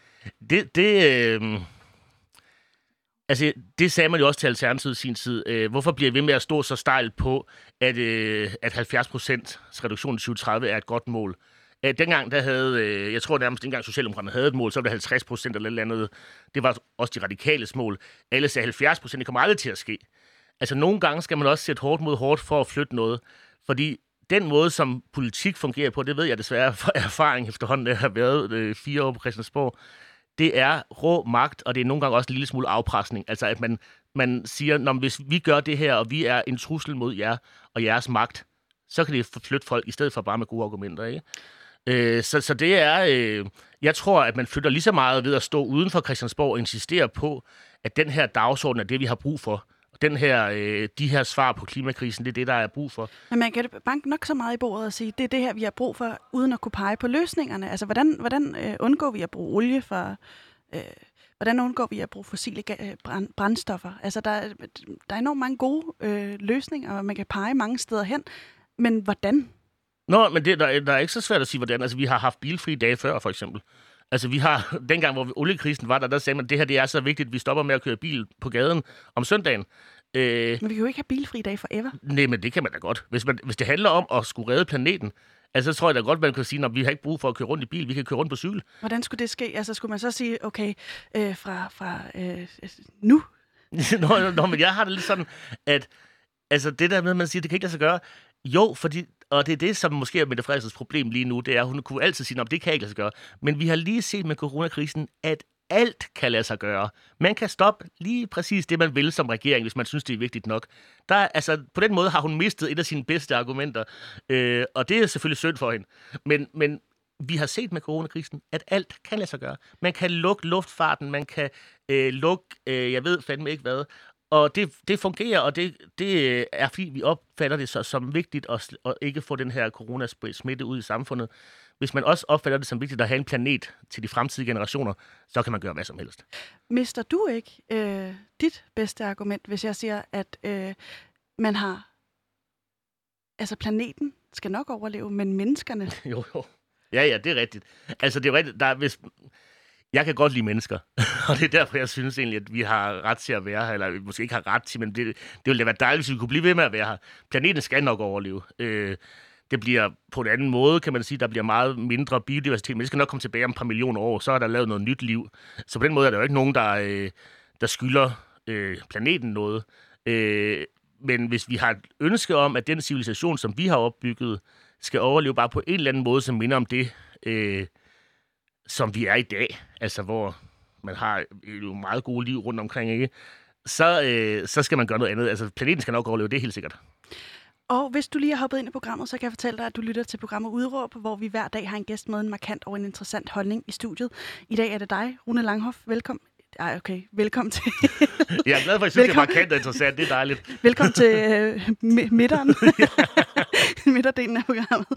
Speaker 2: Det sagde man jo også til Alternativet i sin tid. Hvorfor bliver vi ved med at stå så stejlt på, at 70% reduktion i 2030 er et godt mål? Dengang, der havde, jeg tror nærmest dengang Socialdemokraterne havde et mål, så var det 50% eller et andet. Det var også de radikales mål. Alle sagde 70%, det kommer aldrig til at ske. Altså nogle gange skal man også sætte hårdt mod hårdt for at flytte noget. Fordi den måde, som politik fungerer på, det ved jeg desværre fra erfaring efterhånden, der har været 4 år på Christiansborg, det er rå magt, og det er nogle gange også en lille smule afpresning. Altså at man siger, hvis vi gør det her, og vi er en trussel mod jer og jeres magt, så kan det flytte folk, i stedet for bare med gode argumenter, ikke? Så det er... jeg tror, at man flytter lige så meget ved at stå uden for Christiansborg og insistere på, at den her dagsorden er det, vi har brug for. De her svar på klimakrisen, det er det, der er brug for.
Speaker 1: Men man kan banke nok så meget i bordet og sige, det er det her, vi har brug for, uden at kunne pege på løsningerne. Altså, hvordan undgår vi at bruge olie for... hvordan undgår vi at bruge fossile brændstoffer? Altså, der er enormt mange gode løsninger, og man kan pege mange steder hen. Men hvordan?
Speaker 2: Nå, men der er ikke så svært at sige, hvordan. Altså, vi har haft bilfri dage før, for eksempel. Altså, vi har, dengang, hvor oliekrisen var der sagde man, at det her det er så vigtigt, at vi stopper med at køre bil på gaden om søndagen.
Speaker 1: Men vi kan jo ikke have bilfri dage forever.
Speaker 2: Nej, men det kan man da godt. Hvis det handler om at skulle redde planeten, altså, så tror jeg da godt, man kan sige, at vi har ikke brug for at køre rundt i bil, vi kan køre rundt på cykel.
Speaker 1: Hvordan skulle det ske? Altså, skulle man så sige, okay, fra nu?
Speaker 2: Nå, men jeg har det lidt sådan, at altså, det der med, at man siger, det kan ikke lade sig gøre. Jo, og det er det, som måske er Mette Frederiksens problem lige nu, det er, at hun kunne altid sige, at det kan ikke lade sig gøre. Men vi har lige set med coronakrisen, at alt kan lade sig gøre. Man kan stoppe lige præcis det, man vil som regering, hvis man synes, det er vigtigt nok. På den måde har hun mistet et af sine bedste argumenter, og det er selvfølgelig synd for hende. Men vi har set med coronakrisen, at alt kan lade sig gøre. Man kan lukke luftfarten, man kan lukke, jeg ved fandme ikke hvad. Og det fungerer, og det er fordi, vi opfatter det så som vigtigt at ikke få den her coronasmitte ud i samfundet. Hvis man også opfatter det som vigtigt at have en planet til de fremtidige generationer, så kan man gøre hvad som helst.
Speaker 1: Mister du ikke dit bedste argument, hvis jeg siger, at man har... Altså, planeten skal nok overleve, men menneskerne...
Speaker 2: Jo. Ja, det er rigtigt. Altså, det er rigtigt. Jeg kan godt lide mennesker, og det er derfor, jeg synes egentlig, at vi har ret til at være her, eller vi måske ikke har ret til, men det ville da være dejligt, hvis vi kunne blive ved med at være her. Planeten skal nok overleve. Det bliver på en anden måde, kan man sige, der bliver meget mindre biodiversitet, men det skal nok komme tilbage om et par millioner år, så er der lavet noget nyt liv. Så på den måde er der jo ikke nogen, der skylder planeten noget. Men hvis vi har et ønske om, at den civilisation, som vi har opbygget, skal overleve bare på en eller anden måde, som minder om det, som vi er i dag, altså hvor man har jo meget gode liv rundt omkring, ikke? Så skal man gøre noget andet. Altså planeten skal nok overleve, det er helt sikkert.
Speaker 1: Og hvis du lige har hoppet ind i programmet, så kan jeg fortælle dig, at du lytter til programmet Udråb, hvor vi hver dag har en gæst med en markant og en interessant holdning i studiet. I dag er det dig, Rune Langhoff. Velkommen. Velkommen til...
Speaker 2: Jeg er glad for, at jeg synes, det er markant og interessant. Det er dejligt.
Speaker 1: Velkommen til midteren. Midterdelen af programmet.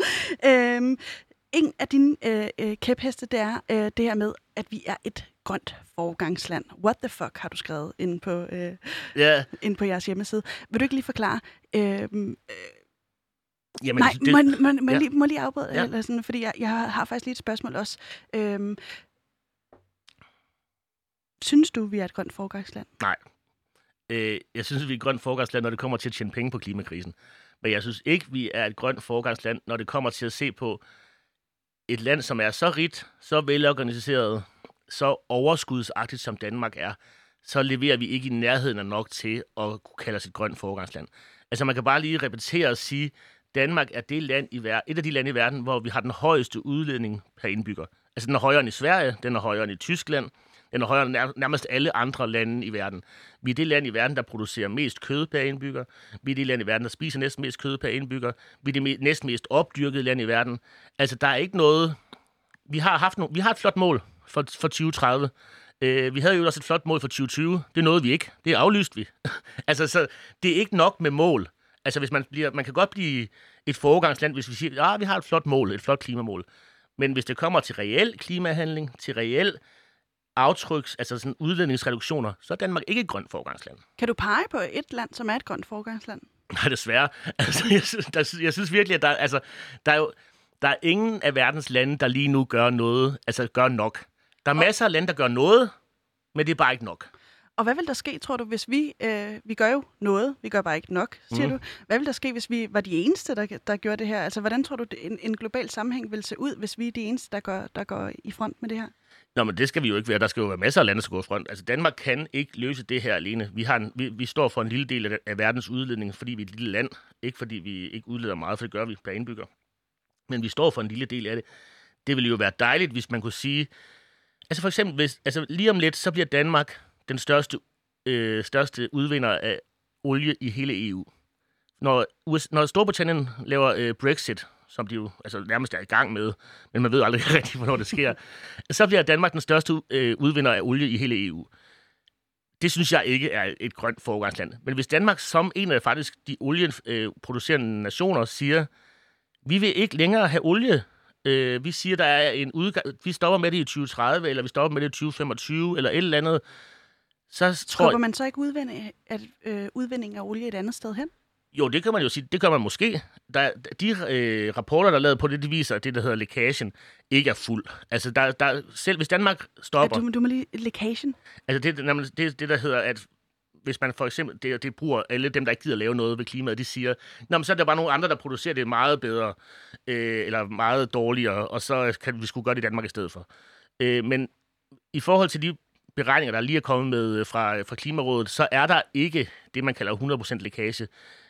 Speaker 1: En af dine kæpheste, det er det her med, at vi er et grønt foregangsland. What the fuck har du skrevet inde på jeres hjemmeside. Vil du ikke lige forklare? Jamen, må lige afbryde, eller sådan, fordi jeg har faktisk lige et spørgsmål også. Synes du, vi er et grønt foregangsland?
Speaker 2: Nej. Jeg synes, vi er et grønt foregangsland, når det kommer til at tjene penge på klimakrisen. Men jeg synes ikke, vi er et grønt foregangsland, når det kommer til at se på et land, som er så rigt, så velorganiseret, så overskudsagtigt, som Danmark er, så leverer vi ikke i nærheden af nok til at kunne kalde os et grønt foregangsland. Altså man kan bare lige repetere og sige, Danmark er et af de lande i verden, hvor vi har den højeste udledning per indbygger. Altså den er højere end i Sverige, den er højere end i Tyskland, den er højere end nærmest alle andre lande i verden. Vi er det land i verden, der producerer mest kød per indbygger. Vi er det land i verden, der spiser næsten mest kød per indbygger. Vi er det næsten mest opdyrkede land i verden. Altså der er ikke noget... Vi har et flot mål for 2030. Vi havde jo også et flot mål for 2020. Det nåede vi ikke. Det aflyste vi. Altså, så det er ikke nok med mål. Altså, hvis man kan godt blive et foregangsland, hvis vi siger, vi har et flot mål, et flot klimamål. Men hvis det kommer til reel klimahandling, til reel aftryks, altså sådan udledningsreduktioner, så er Danmark ikke et grønt foregangsland.
Speaker 1: Kan du pege på et land, som er et grønt foregangsland?
Speaker 2: Nej, desværre. Altså, jeg synes virkelig, at der er ingen af verdens lande, der lige nu gør noget, altså gør nok. Der er masser af lande, der gør noget, men det er bare ikke nok.
Speaker 1: Og hvad vil der ske, tror du, hvis vi gør jo noget, vi gør bare ikke nok, siger du. Hvad vil der ske, hvis vi var de eneste, der gjorde det her? Altså, hvordan tror du, en global sammenhæng vil se ud, hvis vi er de eneste, der går i front med det her?
Speaker 2: Nå, men det skal vi jo ikke være. Der skal jo være masser af lande, der skal gå i front. Altså, Danmark kan ikke løse det her alene. Vi står for en lille del af verdens udledning, fordi vi er et lille land. Ikke fordi vi ikke udleder meget, for det gør vi per indbygger. Men vi står for en lille del af det. Det ville jo være dejligt, hvis man kunne sige... Altså for eksempel, lige om lidt, så bliver Danmark den største udvinder af olie i hele EU. Når Storbritannien laver Brexit, som de jo nærmest er i gang med, men man ved aldrig rigtig, hvornår det sker, så bliver Danmark den største udvinder af olie i hele EU. Det synes jeg ikke er et grønt foregangsland. Men hvis Danmark som en af faktisk de olieproducerende nationer siger, vi vil ikke længere have olie, vi siger, der er en udgang, vi stopper med det i 2030, eller vi stopper med det i 2025, eller et eller andet, så tror
Speaker 1: man så ikke udvinding af olie et andet sted hen?
Speaker 2: Jo, det kan man jo sige. Det gør man måske. De rapporter, der er lavet på det, de viser, at det, der hedder lækagen, ikke er fuld. Altså, selv hvis Danmark stopper...
Speaker 1: Du må lige... Lækagen?
Speaker 2: Altså, det, der hedder, at hvis man for eksempel... Det bruger alle dem, der ikke gider lave noget ved klimaet, de siger, så er der bare nogle andre, der producerer det meget bedre, eller meget dårligere, og så kan vi skulle gøre det i Danmark i stedet for. Men i forhold til de beregninger, der lige er kommet med fra Klimarådet, så er der ikke det, man kalder 100% lækage.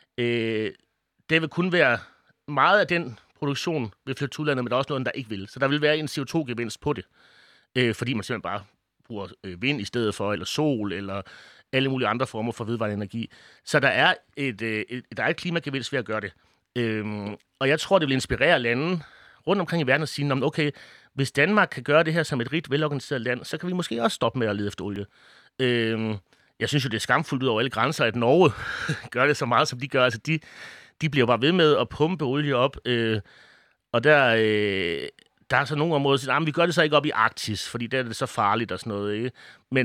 Speaker 2: Det vil kun være meget af den produktion vil flytte til udlandet, men der er også noget, der ikke vil. Så der vil være en CO2-gevinst på det, fordi man simpelthen bare bruger vind i stedet for, eller sol, eller alle mulige andre former for vedvarende energi. Så der er et klimagevinst ved at gøre det. Og jeg tror, det vil inspirere lande rundt omkring i verden at sige, okay, hvis Danmark kan gøre det her som et rigt, velorganiseret land, så kan vi måske også stoppe med at lede efter olie. Jeg synes jo, det er skamfuldt ud over alle grænser, at Norge gør det så meget, som de gør. Altså, de bliver bare ved med at pumpe olie op. Og der er så nogle områder, der siger, vi gør det så ikke op i Arktis, fordi der er det så farligt og sådan noget. Ikke?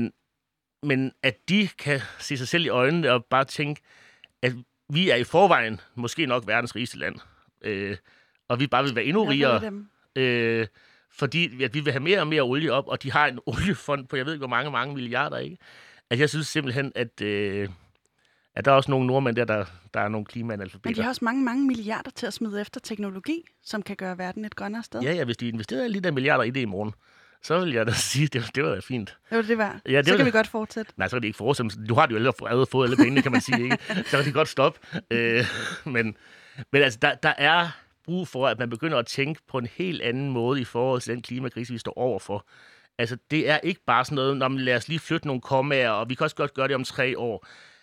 Speaker 2: Men at de kan se sig selv i øjnene og bare tænke, at vi er i forvejen måske nok verdens rigeste land. Og vi bare vil være endnu rigere. Fordi at vi vil have mere og mere olie op, og de har en oliefond på, jeg ved ikke, hvor mange milliarder, ikke? Altså, jeg synes simpelthen, at der er også nogle nordmænd der er nogle klimaanalfabeter.
Speaker 1: Men de har også mange milliarder til at smide efter teknologi, som kan gøre verden et grønnere sted.
Speaker 2: Ja, hvis de investerer lige der milliarder i det i morgen, så vil jeg da sige, det var fint.
Speaker 1: Det var. Ja, så kan vi godt fortsætte.
Speaker 2: Nej, så kan de ikke fortsætte. Du har jo allerede fået alle pengene, kan man sige, ikke? Så kan de godt stoppe. Men altså, der er brug for, at man begynder at tænke på en helt anden måde i forhold til den klimakrise, vi står overfor. Altså, det er ikke bare sådan noget, lad os lige flytte nogle kommaer, og vi kan også godt gøre det om 3 år.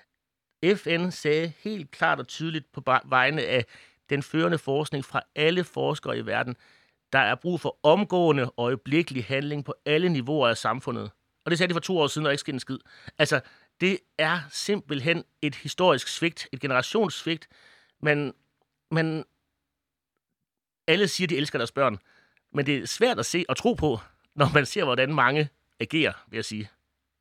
Speaker 2: FN sagde helt klart og tydeligt på vegne af den førende forskning fra alle forskere i verden, der er brug for omgående og øjeblikkelig handling på alle niveauer af samfundet. Og det sagde de for 2 år siden, og ikke skete en skid. Altså, det er simpelthen et historisk svigt, et generationssvigt, men alle siger, de elsker deres børn. Men det er svært at se og tro på, når man ser, hvordan mange agerer, vil jeg sige.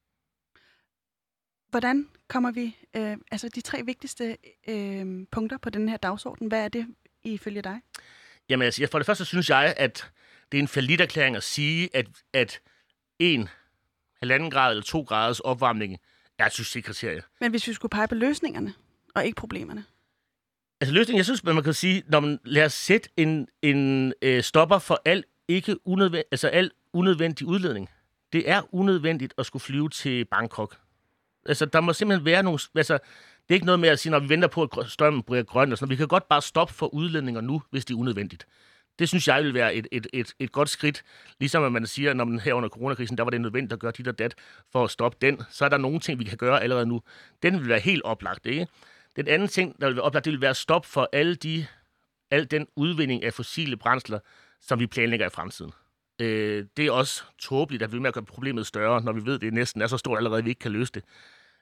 Speaker 1: Hvordan kommer vi, de 3 vigtigste punkter på den her dagsorden, hvad er det ifølge dig?
Speaker 2: Jamen, altså, for det første synes jeg, at det er en falliterklæring at sige, at 1,5 grad eller 2 graders opvarmning er et succeskriterie.
Speaker 1: Men hvis vi skulle pege på løsningerne, og ikke problemerne?
Speaker 2: Altså løsningen, jeg synes, man kan sige, når man lader os sætte en stopper for al unødvendig udledning. Det er unødvendigt at skulle flyve til Bangkok. Altså, der må simpelthen være nogle... Altså, det er ikke noget med at sige, når vi venter på, at strømmen bliver grøn og sådan noget. Vi kan godt bare stoppe for udledninger nu, hvis det er unødvendigt. Det synes jeg vil være et godt skridt. Ligesom at man siger, når man her under coronakrisen, der var det nødvendigt at gøre dit og dat for at stoppe den. Så er der nogle ting, vi kan gøre allerede nu. Den vil være helt oplagt, ikke? Den anden ting, der vil være oplagt, det vil være at stoppe for al den udvinding af fossile brændsler, som vi planlægger i fremtiden. Det er også tåbeligt, at vi vil med at gøre problemet større, når vi ved, at det næsten er så stort allerede, at vi ikke kan løse det.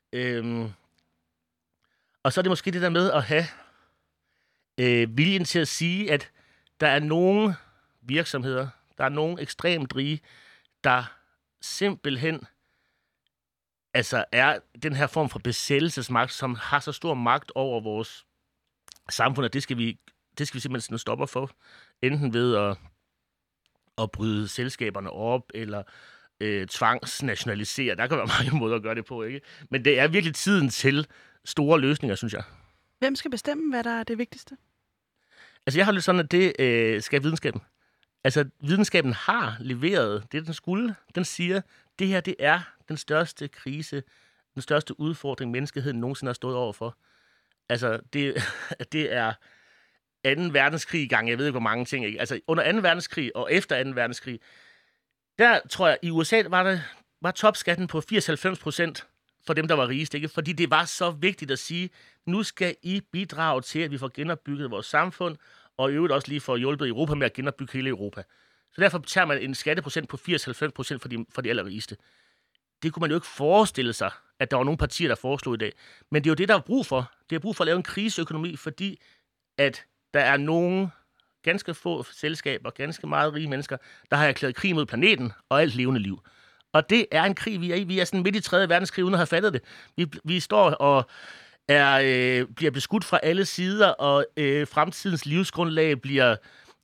Speaker 2: Og så er det måske det der med at have viljen til at sige, at der er nogle virksomheder, der er nogle ekstremt rige, der simpelthen altså er den her form for besættelsesmagt, som har så stor magt over vores samfund, at det skal vi simpelthen stoppe for. Enten ved at bryde selskaberne op, eller tvangsnationalisere. Der kan være mange måder at gøre det på, ikke? Men det er virkelig tiden til store løsninger, synes jeg.
Speaker 1: Hvem skal bestemme, hvad der er det vigtigste?
Speaker 2: Altså, jeg har lidt sådan, at det skal videnskaben. Altså, videnskaben har leveret det, den skulle. Den siger, det her, det er den største krise, den største udfordring, menneskeheden nogensinde har stået overfor. Altså, det er 2. verdenskrig i gang. Jeg ved ikke, hvor mange ting. Ikke? Altså, under 2. verdenskrig og efter 2. verdenskrig, der tror jeg, i USA var topskatten på 80-90% for dem, der var rigest. Ikke? Fordi det var så vigtigt at sige, nu skal I bidrage til, at vi får genopbygget vores samfund, og i øvrigt også lige får hjulpet Europa med at genopbygge hele Europa. Så derfor tager man en skatteprocent på 80-90% for de allerrigeste. Det kunne man jo ikke forestille sig, at der var nogle partier, der foreslog i dag. Men det er jo det, der er brug for. Det er brug for at lave en kriseøkonomi, fordi at der er nogle ganske få selskaber, ganske meget rige mennesker, der har erklæret krig mod planeten og alt levende liv. Og det er en krig, vi er i. Vi er sådan midt i 3. verdenskrig, uden at have fattet det. Vi står og bliver beskudt fra alle sider, og fremtidens livsgrundlag der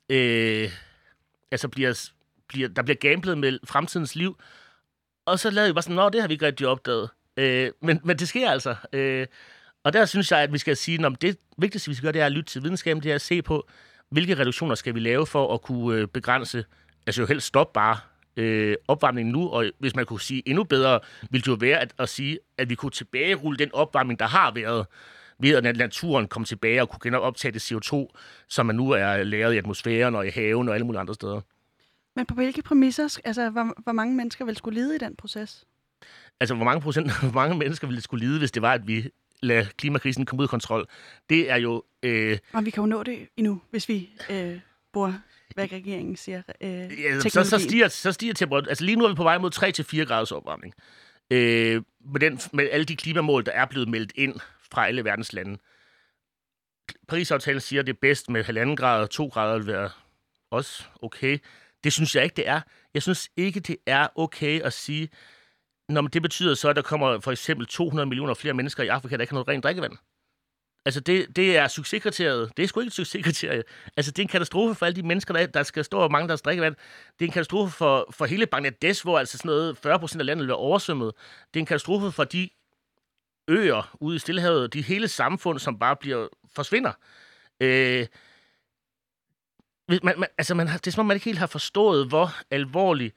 Speaker 2: bliver gamblet med fremtidens liv. Og så lavede vi bare sådan, det har vi ikke rigtig opdaget. Men det sker altså. Og der synes jeg, at vi skal sige, at det vigtigste, vi skal gøre, det er at lytte til videnskaben, det er at se på, hvilke reduktioner skal vi lave for at kunne begrænse, altså jo helst stoppe bare opvarmningen nu, og hvis man kunne sige endnu bedre, ville det jo være at sige, at vi kunne tilbagerulle den opvarmning, der har været, ved at naturen kom tilbage og kunne genoptage det CO2, som man nu er lagret i atmosfæren og i haven og alle mulige andre steder.
Speaker 1: Men på hvilke præmisser, altså hvor mange mennesker vil skulle lide i den proces?
Speaker 2: Altså hvor mange mennesker ville skulle lide, hvis det var, at vi lader klimakrisen komme ud af kontrol? Det er jo...
Speaker 1: Og vi kan jo nå det endnu, hvis vi bruger, hvad regeringen siger,
Speaker 2: så stiger temperaturen. Altså lige nu er vi på vej mod 3-4 graders opvarmning. Med alle de klimamål, der er blevet meldt ind fra alle verdens lande. Paris-aftalen siger, at det er bedst med 1,5 grader, 2 grader vil være også okay. Det synes jeg ikke, det er. Jeg synes ikke, det er okay at sige, det betyder så, at der kommer for eksempel 200 millioner flere mennesker i Afrika, der ikke har noget rent drikkevand. Altså, det er succeskriteriet. Det er sgu ikke et succeskriterie. Altså, det er en katastrofe for alle de mennesker, der skal stå og mange deres drikkevand. Det er en katastrofe for hele Bangladesh, hvor altså sådan noget 40% af landet bliver oversvømmet. Det er en katastrofe for de øer ude i Stillehavet, de hele samfund, som bare forsvinder. Det er som om, man ikke helt har forstået, hvor alvorlig...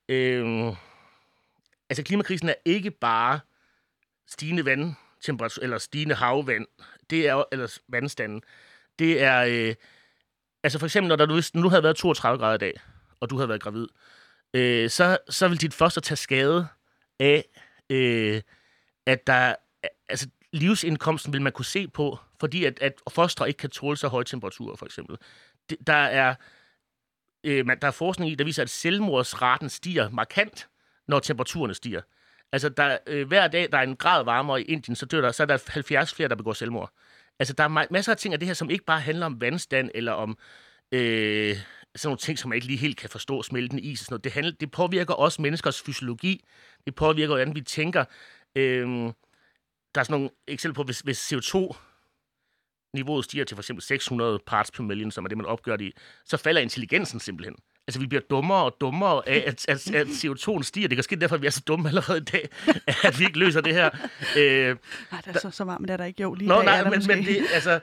Speaker 2: Altså, klimakrisen er ikke bare stigende vandtemperatur eller stigende havvand. Det er eller vandstanden. Det er altså for eksempel, når der nu havde været 32 grader i dag, og du havde været gravid, så vil dit foster tage skade af, at der altså livsindkomsten vil man kunne se på, fordi at fostre ikke kan tåle så høje temperaturer, for eksempel. Der er forskning i, der viser, at selvmordsraten stiger markant, når temperaturerne stiger. Altså, hver dag, der er 1 grad varmere i Indien, så er der 70 flere, der begår selvmord. Altså, der er masser af ting af det her, som ikke bare handler om vandstand, eller om sådan nogle ting, som man ikke lige helt kan forstå, smeltende is og sådan noget. Det påvirker også menneskers fysiologi. Det påvirker, hvordan vi tænker. Der er sådan nogle eksempler på, hvis CO2-niveauet stiger til for eksempel 600 parts per million, som er det, man opgør det i, så falder intelligensen simpelthen. Altså, vi bliver dummere og dummere af, at CO2'en stiger. Det kan ske derfor, at vi er så dumme allerede i dag, at vi ikke løser det her.
Speaker 1: Nej, det er så varmt, der ikke jo lige
Speaker 2: men det, altså,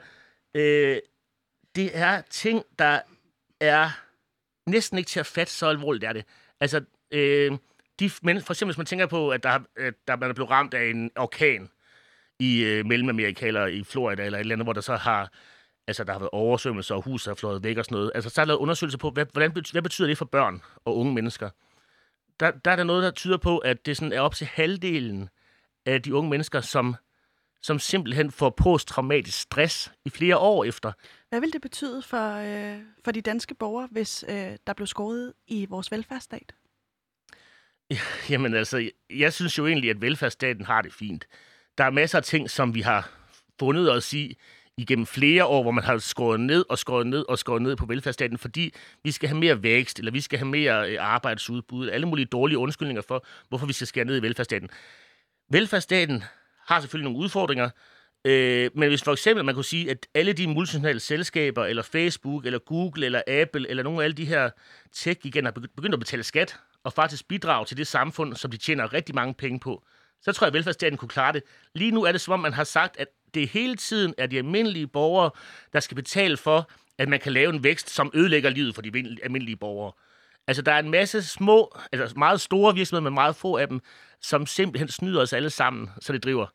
Speaker 2: Det er ting, der er næsten ikke til at fatte, så alvorligt er det. Altså, for eksempel, hvis man tænker på, at man er blevet ramt af en orkan i Mellemamerika, eller i Florida, eller et eller andet, hvor der så har, altså, der har været oversvømmelser, og hus er fløjet væk og sådan noget. Altså, så er der lavet undersøgelser på, hvad betyder det for børn og unge mennesker? Der er der noget, der tyder på, at det sådan er op til halvdelen af de unge mennesker, som simpelthen får posttraumatisk stress i flere år efter.
Speaker 1: Hvad vil det betyde for de danske borgere, hvis der blev skåret i vores velfærdsstat?
Speaker 2: Jamen altså, jeg synes jo egentlig, at velfærdsstaten har det fint. Der er masser af ting, som vi har fundet os i igennem flere år, hvor man har skåret ned og skåret ned og skåret ned på velfærdsstaten, fordi vi skal have mere vækst, eller vi skal have mere arbejdsudbud, alle mulige dårlige undskyldninger for, hvorfor vi skal skære ned i velfærdsstaten. Velfærdsstaten har selvfølgelig nogle udfordringer, men hvis for eksempel man kunne sige, at alle de multinationale selskaber, eller Facebook, eller Google, eller Apple, eller nogle af alle de her tech-giganter begyndt at betale skat, og faktisk bidrage til det samfund, som de tjener rigtig mange penge på, så tror jeg, at velfærdsstaten kunne klare det. Lige nu er det som om, man har sagt, at det hele tiden er de almindelige borgere, der skal betale for, at man kan lave en vækst, som ødelægger livet for de almindelige borgere. Altså, der er en masse små, altså meget store virksomheder, men meget få af dem, som simpelthen snyder os alle sammen, så det driver.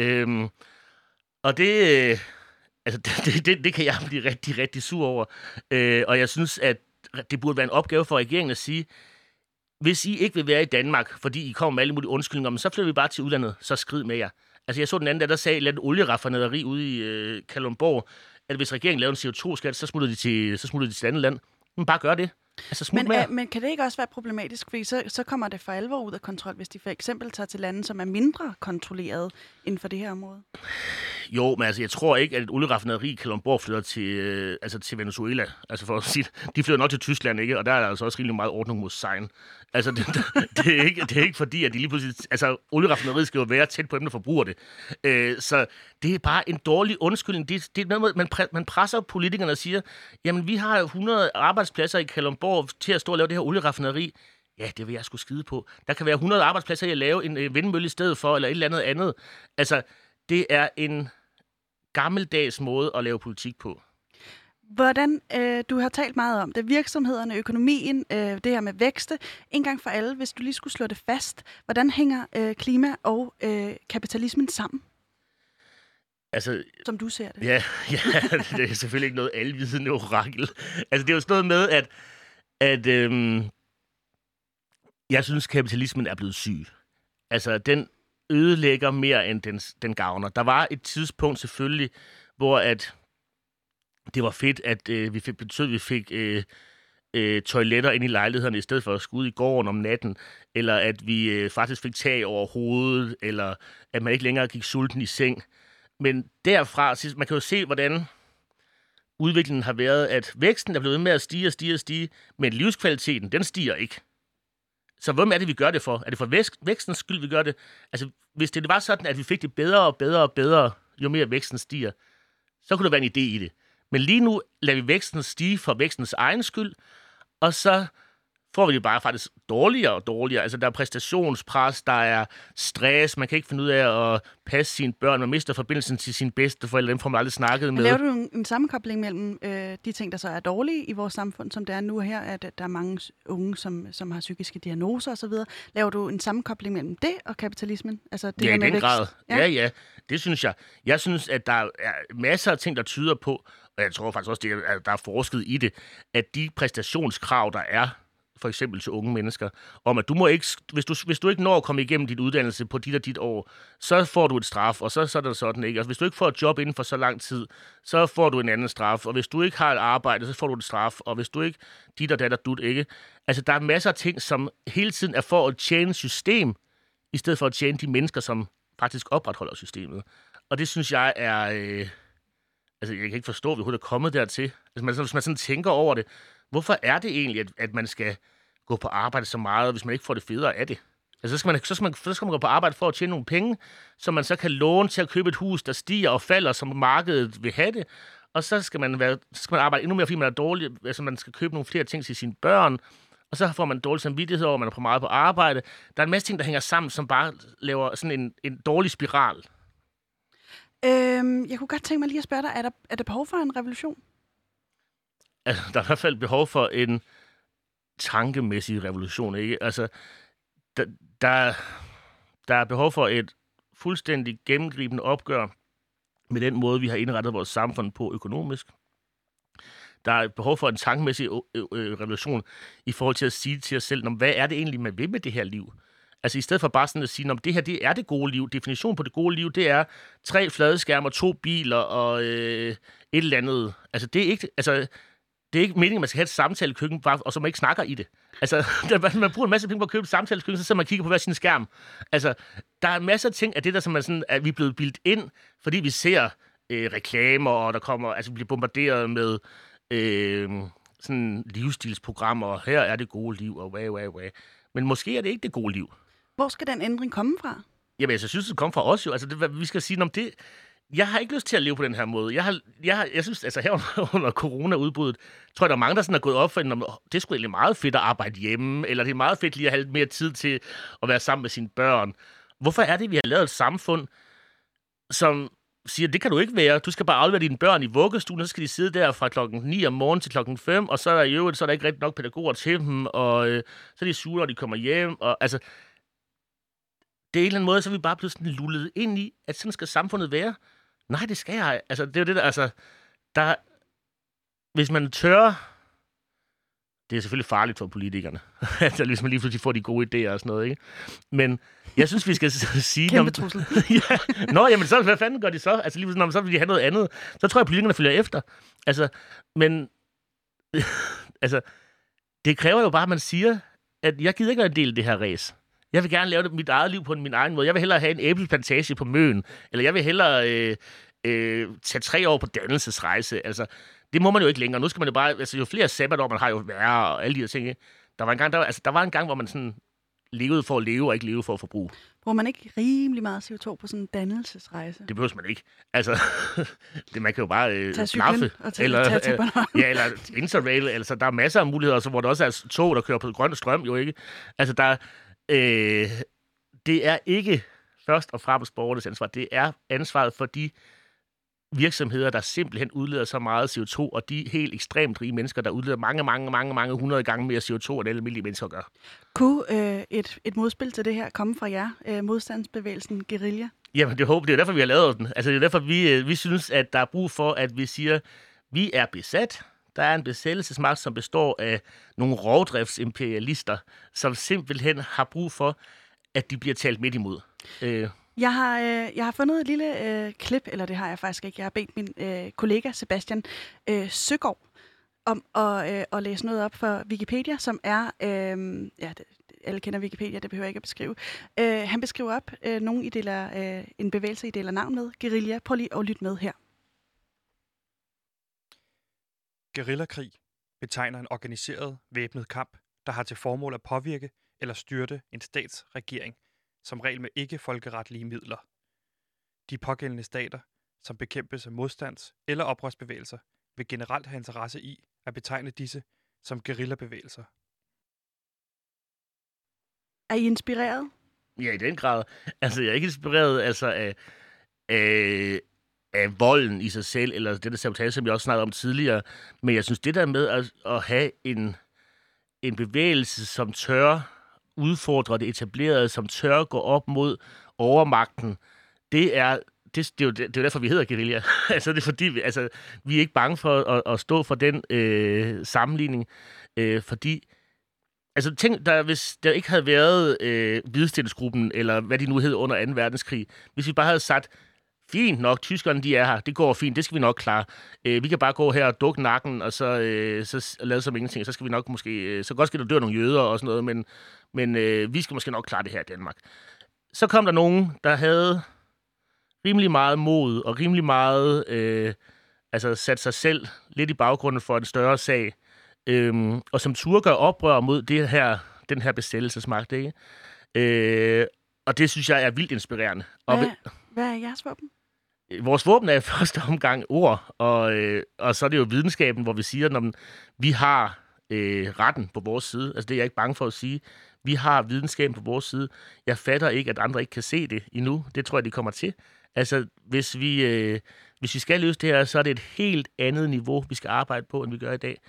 Speaker 2: Og det kan jeg blive rigtig, rigtig sur over. Og jeg synes, at det burde være en opgave for regeringen at sige, hvis I ikke vil være i Danmark, fordi I kommer med alle mulige undskyldninger, men så flytter vi bare til udlandet, så skrid med jer. Altså, jeg så den anden, der sagde, at et olieraffinaderi ude i Kalundborg, at hvis regeringen laver en CO2-skat, så smutter de til et andet land. Men bare gør det. Altså,
Speaker 1: men kan det ikke også være problematisk, fordi så kommer det for alvor ud af kontrol, hvis de for eksempel tager til lande, som er mindre kontrolleret inden for det her område?
Speaker 2: Jo, men altså, jeg tror ikke, at et olieraffinaderi i Kalundborg flytter til Venezuela. Altså for at sige, de flytter nok til Tyskland, ikke? Og der er der altså også rimelig meget ordning mod sejren. Altså, det er ikke fordi, at de lige pludselig... Altså, olieraffinaderiet skal jo være tæt på dem, der forbruger det. Så det er bare en dårlig undskyldning. Det er noget med, man presser politikerne og siger, jamen, vi har 100 arbejdspladser i Kalundborg til at stå og lave det her olieraffinaderi. Ja, det vil jeg sgu skide på. Der kan være 100 arbejdspladser i at lave en vindmølle i stedet for, eller et eller andet. Altså, det er en gammeldags måde at lave politik på.
Speaker 1: Hvordan, du har talt meget om det, virksomhederne, økonomien, det her med vækste. En gang for alle, hvis du lige skulle slå det fast, hvordan hænger klima og kapitalismen sammen?
Speaker 2: Altså,
Speaker 1: som du ser det.
Speaker 2: Ja, det er selvfølgelig ikke noget alvidende orakel. Altså, det er jo sådan noget med, at jeg synes, kapitalismen er blevet syg. Altså, den ødelægger mere, end den gavner. Der var et tidspunkt selvfølgelig, hvor at det var fedt, at vi fik toiletter ind i lejlighederne, i stedet for at skulle ud i gården om natten, eller at vi faktisk fik tag over hovedet, eller at man ikke længere gik sulten i seng. Men derfra, man kan jo se, hvordan udviklingen har været, at væksten er blevet ved med at stige, men livskvaliteten, den stiger ikke. Så hvem er det, vi gør det for? Er det for vækstens skyld, vi gør det? Altså, hvis det var sådan, at vi fik det bedre og bedre og bedre, jo mere væksten stiger, så kunne der være en idé i det. Men lige nu lader vi væksten stige for vækstens egen skyld, og så får vi det bare faktisk dårligere og dårligere. Altså, der er præstationspres, der er stress, man kan ikke finde ud af at passe sine børn, man mister forbindelsen til sine bedsteforældre, dem får man aldrig snakket med.
Speaker 1: Laver du en sammenkobling mellem de ting, der så er dårlige i vores samfund, som det er nu her, at der er mange unge, som har psykiske diagnoser osv.? Laver du en sammenkobling mellem det og kapitalismen? Altså det
Speaker 2: ja,
Speaker 1: her med
Speaker 2: i den
Speaker 1: vækst?
Speaker 2: grad. Ja, det synes jeg. Jeg synes, at der er masser af ting, der tyder på, og jeg tror faktisk også, at der er forsket i det, at de præstationskrav, der er, for eksempel til unge mennesker, om at du må ikke, hvis du ikke når at komme igennem dit uddannelse på dit og dit år, så får du et straf, og så er det sådan, ikke? Altså, hvis du ikke får et job inden for så lang tid, så får du en anden straf, og hvis du ikke har et arbejde, så får du et straf, og hvis du ikke, dit og datter dut ikke. Altså, der er masser af ting, som hele tiden er for at tjene system, i stedet for at tjene de mennesker, som faktisk opretholder systemet. Og det synes jeg er... altså, jeg kan ikke forstå, at vi overhovedet er kommet dertil. Altså, hvis man sådan tænker over det, hvorfor er det egentlig, at man skal gå på arbejde så meget, hvis man ikke får det federe af det? Altså, så skal man gå på arbejde for at tjene nogle penge, så man så kan låne til at købe et hus, der stiger og falder, som markedet vil have det. Og så skal man arbejde endnu mere, fordi man er dårlig. Altså, man skal købe nogle flere ting til sine børn, og så får man dårlig samvittighed over, at man er for meget på arbejde. Der er en masse ting, der hænger sammen, som bare laver sådan en dårlig spiral.
Speaker 1: Jeg kunne godt tænke mig lige at spørge dig, er der behov for en revolution?
Speaker 2: Altså, der er i hvert fald behov for en tankemæssig revolution, ikke? Altså, der er behov for et fuldstændig gennemgribende opgør med den måde, vi har indrettet vores samfund på økonomisk. Der er behov for en tankemæssig revolution i forhold til at sige til os selv, hvad er det egentlig, man vil med det her liv? Altså i stedet for bare sådan at sige, det her det er det gode liv. Definitionen på det gode liv, det er 3 fladskærmer, 2 biler og et eller andet. Altså det er ikke meningen, at man skal have et samtalekøkken, og så man ikke snakker i det. Altså, man bruger en masse penge på at købe et samtalekøkken, så sidder man kigger på hver sin skærm. Altså, der er masser af ting af det, der som er sådan, at vi er blevet bildt ind, fordi vi ser reklamer, og der kommer, altså vi bliver bombarderet med sådan livsstilsprogrammer, og her er det gode liv, og hvad. Men måske er det ikke det gode liv.
Speaker 1: Hvor skal den ændring komme fra?
Speaker 2: Jamen, jeg synes, det kommer fra os jo. Altså, vi skal sige, det... Jeg har ikke lyst til at leve på den her måde. Jeg synes, altså her under corona-udbruddet, tror jeg, der er mange, der sådan er gået op for, det er sgu egentlig meget fedt at arbejde hjemme, eller det er meget fedt lige at have lidt mere tid til at være sammen med sine børn. Hvorfor er det, vi har lavet et samfund, som siger, det kan du ikke være. Du skal bare aflevere dine børn i vuggestuen, og så skal de sidde der fra klokken 9 om morgenen til klokken 5, og så er der ikke rigtig nok pædagoger til dem, og så er de sure, når de kommer hjem. Og, altså, det er en eller anden måde, så er vi bare blevet sådan lullet ind i, at sådan skal samfundet være. Nej, det skal jeg. Altså, det er jo det, der, hvis man tør... Det er selvfølgelig farligt for politikerne, altså, hvis man lige pludselig får de gode idéer og sådan noget, ikke? Men jeg synes, vi skal sige...
Speaker 1: Kæmpe trussel.
Speaker 2: Jamen, så hvad fanden gør de så? Altså, lige pludselig, så vil de have noget andet. Så tror jeg, politikerne følger efter. Altså, men... altså, det kræver jo bare, at man siger, at jeg gider ikke være en del af det her race. Jeg vil gerne lave mit eget liv på min egen måde. Jeg vil hellere have en æbleplantage på Møn, eller jeg vil hellere tage 3 år på dannelsesrejse. Altså, det må man jo ikke længere. Nu skal man jo bare... Altså, jo flere sabbatår man har, jo værre, og alle de her ting. Der var en gang, hvor man sådan levede for at leve, og ikke levede for at forbruge.
Speaker 1: Bruger man ikke rimelig meget CO2 på sådan en dannelsesrejse?
Speaker 2: Det behøver man ikke. Altså, man kan jo bare
Speaker 1: tage cyklen og tage til Bornholm.
Speaker 2: Ja, eller Interrail. Altså, der er masser af muligheder, så hvor der også er tog, der kører på grøn strøm, jo ikke. Altså, det er ikke først og fremmest borgernes ansvar. Det er ansvaret for de virksomheder, der simpelthen udleder så meget CO2, og de helt ekstremt rige mennesker, der udleder mange 100 gange mere CO2, end alle almindelige mennesker gør.
Speaker 1: Kunne et modspil til det her komme fra jer, modstandsbevægelsen Guerilla?
Speaker 2: Jamen, det er derfor, vi har lavet den. Altså, det er derfor, vi synes, at der er brug for, at vi siger, vi er besat. Der er en besættelsesmagt, som består af nogle rovdriftsimperialister, som simpelthen har brug for, at de bliver talt midt imod.
Speaker 1: Jeg har fundet et lille klip, eller det har jeg faktisk ikke. Jeg har bedt min kollega Sebastian Søgaard om at læse noget op for Wikipedia, som er... alle kender Wikipedia, det behøver jeg ikke at beskrive. Han beskriver op en bevægelse, I deler navn med. Guerilla. Prøv lige at lytte med her.
Speaker 3: Guerillakrig betegner en organiseret væbnet kamp, der har til formål at påvirke eller styrte en statsregering, som regel med ikke-folkeretlige midler. De pågældende stater, som bekæmpes af modstands- eller oprørsbevægelser, vil generelt have interesse i at betegne disse som guerillabevægelser.
Speaker 1: Er I inspireret?
Speaker 2: Ja, i den grad. Altså, jeg er ikke inspireret af volden i sig selv, eller det der sabotage, som jeg også snakkede om tidligere. Men jeg synes, det der med at have en bevægelse, som tør udfordre det etablerede, som tør gå op mod overmagten, det er jo derfor, vi hedder guerilla. Altså, det er fordi, vi er ikke bange for at stå for den sammenligning, fordi altså, tænk, hvis der ikke havde været Hvidstensgruppen, eller hvad de nu hed under 2. verdenskrig, hvis vi bare havde sagt, fint nok, tyskerne de er her, det går fint, det skal vi nok klare. Vi kan bare gå her og dukke nakken, og så lade som ingenting, så skal vi nok måske, så godt skal der dø nogle jøder og sådan noget, men vi skal måske nok klare det her i Danmark. Så kom der nogen, der havde rimelig meget mod, og rimelig meget sat sig selv lidt i baggrunden for en større sag, og som turde gøre oprør mod den her besættelsesmagt, ikke? Og det synes jeg er vildt inspirerende.
Speaker 1: Hvad er jeres våben?
Speaker 2: Vores våben er i første omgang ord, og så er det jo videnskaben, hvor vi siger, at vi har retten på vores side. Altså det er jeg ikke bange for at sige. Vi har videnskaben på vores side. Jeg fatter ikke, at andre ikke kan se det endnu. Det tror jeg, de kommer til. Altså, hvis vi skal løse det her, så er det et helt andet niveau, vi skal arbejde på, end vi gør i dag.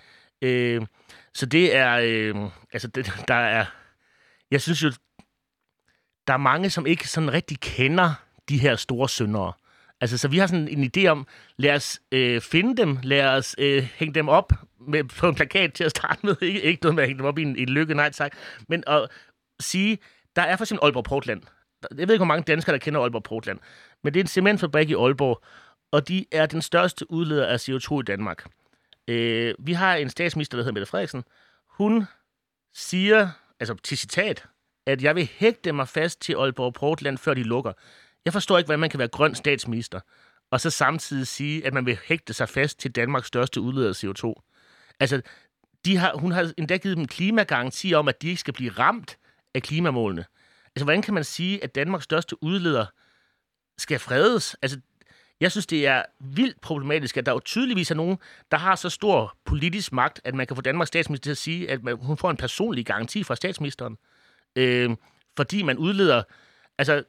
Speaker 2: Så det er... der er... Jeg synes jo, der er mange, som ikke sådan rigtig kender de her store syndere. Altså, så vi har sådan en idé om, lad os finde dem, lad os hænge dem op på en plakat til at starte med. Ikke noget med at hænge dem op i en lykke, nej tak. Men at sige, der er for eksempel Aalborg Portland. Jeg ved ikke, hvor mange danskere, der kender Aalborg Portland. Men det er en cementfabrik i Aalborg, og de er den største udleder af CO2 i Danmark. Vi har en statsminister, der hedder Mette Frederiksen. Hun siger, altså til citat, at jeg vil hægte mig fast til Aalborg Portland, før de lukker. Jeg forstår ikke, hvordan man kan være grøn statsminister, og så samtidig sige, at man vil hægte sig fast til Danmarks største udleder af CO2. Altså, hun har endda givet dem klimagaranti om, at de ikke skal blive ramt af klimamålene. Altså, hvordan kan man sige, at Danmarks største udleder skal fredes? Altså, jeg synes, det er vildt problematisk, at der jo tydeligvis er nogen, der har så stor politisk magt, at man kan få Danmarks statsminister til at sige, at hun får en personlig garanti fra statsministeren. Fordi man udleder... Altså,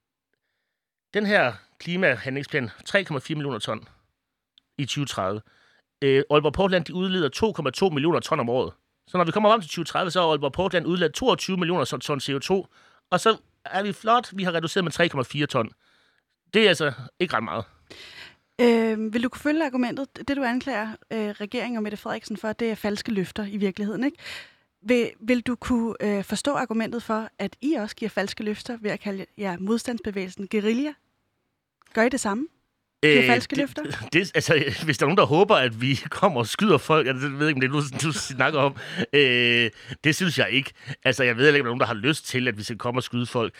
Speaker 2: den her klimahandlingsplan, 3,4 millioner ton i 2030. Aalborg Portland, de udleder 2,2 millioner ton om året. Så når vi kommer om til 2030, så har Aalborg Portland udledt 22 millioner ton CO2. Og så er vi flot, vi har reduceret med 3,4 ton. Det er altså ikke ret meget.
Speaker 1: Vil du kunne følge argumentet? Det, du anklager regeringen og Mette Frederiksen for, det er falske løfter i virkeligheden, ikke? Vil du kunne forstå argumentet for, at I også giver falske løfter ved at kalde jer modstandsbevægelsen guerilla? Gør I det samme? Giver falske løfter?
Speaker 2: Altså, hvis der er nogen, der håber, at vi kommer og skyder folk, altså, det ved jeg ikke, om det er du snakker om. Det synes jeg ikke. Altså, jeg ved ikke, om der er nogen, der har lyst til, at vi skal komme og skyde folk.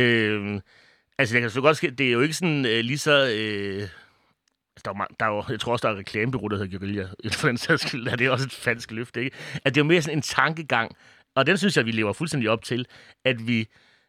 Speaker 2: Altså, det kan så godt ske, det er jo ikke sådan lige så... jeg tror også, der er et reklamebureau, der hedder Guerilla. For den sags skyld er det også et falsk løfte, ikke? At det er jo mere sådan en tankegang, og den synes jeg, vi lever fuldstændig op til, at vi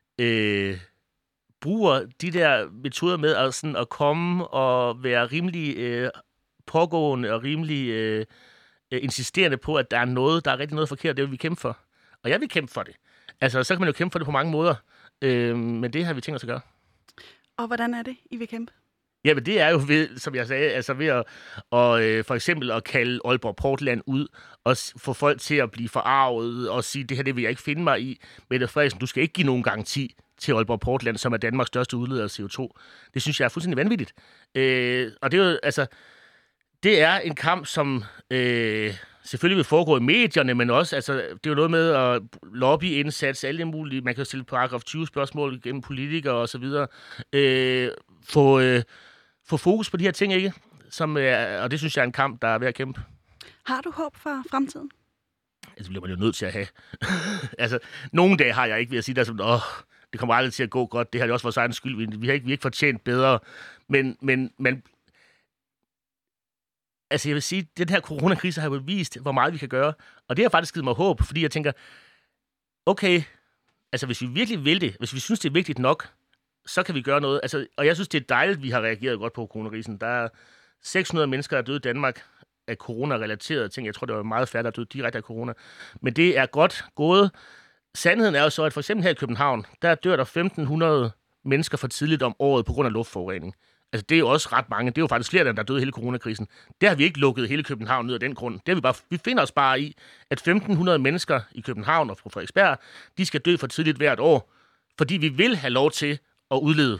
Speaker 2: bruger de der metoder med at komme og være rimelig pågående og rimelig insisterende på, at der er rigtig noget forkert, det vil vi kæmpe for. Og jeg vil kæmpe for det. Altså, så kan man jo kæmpe for det på mange måder, men det har vi tænkt os at gøre.
Speaker 1: Og hvordan er det, I vil kæmpe?
Speaker 2: Jamen, det er jo ved, som jeg sagde, altså ved at for eksempel at kalde Aalborg Portland ud og få folk til at blive forarvet og sige, det her det vil jeg ikke finde mig i. Mette Frederiksen, du skal ikke give nogen garanti til Aalborg Portland, som er Danmarks største udleder af CO2. Det synes jeg er fuldstændig vanvittigt. Og det er jo, altså, det er en kamp, som selvfølgelig vil foregå i medierne, men også, altså, det er jo noget med at lobbyindsats, alle mulige, man kan stille paragraf 20 spørgsmål gennem politikere og så videre. Få fokus på de her ting, ikke? Og det synes jeg er en kamp, der er ved at kæmpe.
Speaker 1: Har du håb for fremtiden?
Speaker 2: Det bliver man jo nødt til at have. Altså, nogle dage har jeg ikke ved at sige, der sådan, det kommer aldrig til at gå godt. Det har det også vores egen skyld. Vi har ikke fortjent bedre. Men altså, jeg vil sige, den her coronakrise har jo vist, hvor meget vi kan gøre. Og det har faktisk givet mig håb, fordi jeg tænker, okay, altså hvis vi virkelig vil det, hvis vi synes, det er vigtigt nok, så kan vi gøre noget. Altså, og jeg synes, det er dejligt, at vi har reageret godt på coronakrisen. Der er 600 mennesker, der er døde i Danmark af corona-relaterede ting. Jeg tror, det var meget færre, der er døde direkte af corona. Men det er godt gået. Sandheden er jo så, at for eksempel her i København, der dør der 1.500 mennesker for tidligt om året på grund af luftforurening. Altså, det er jo også ret mange. Det er jo faktisk flere, der er døde i hele coronakrisen. Det har vi ikke lukket hele København ned af den grund. Det har vi finder os bare i, at 1.500 mennesker i København og på Frederiksberg, de skal dø for tidligt hvert år, fordi vi vil have lov til at udlede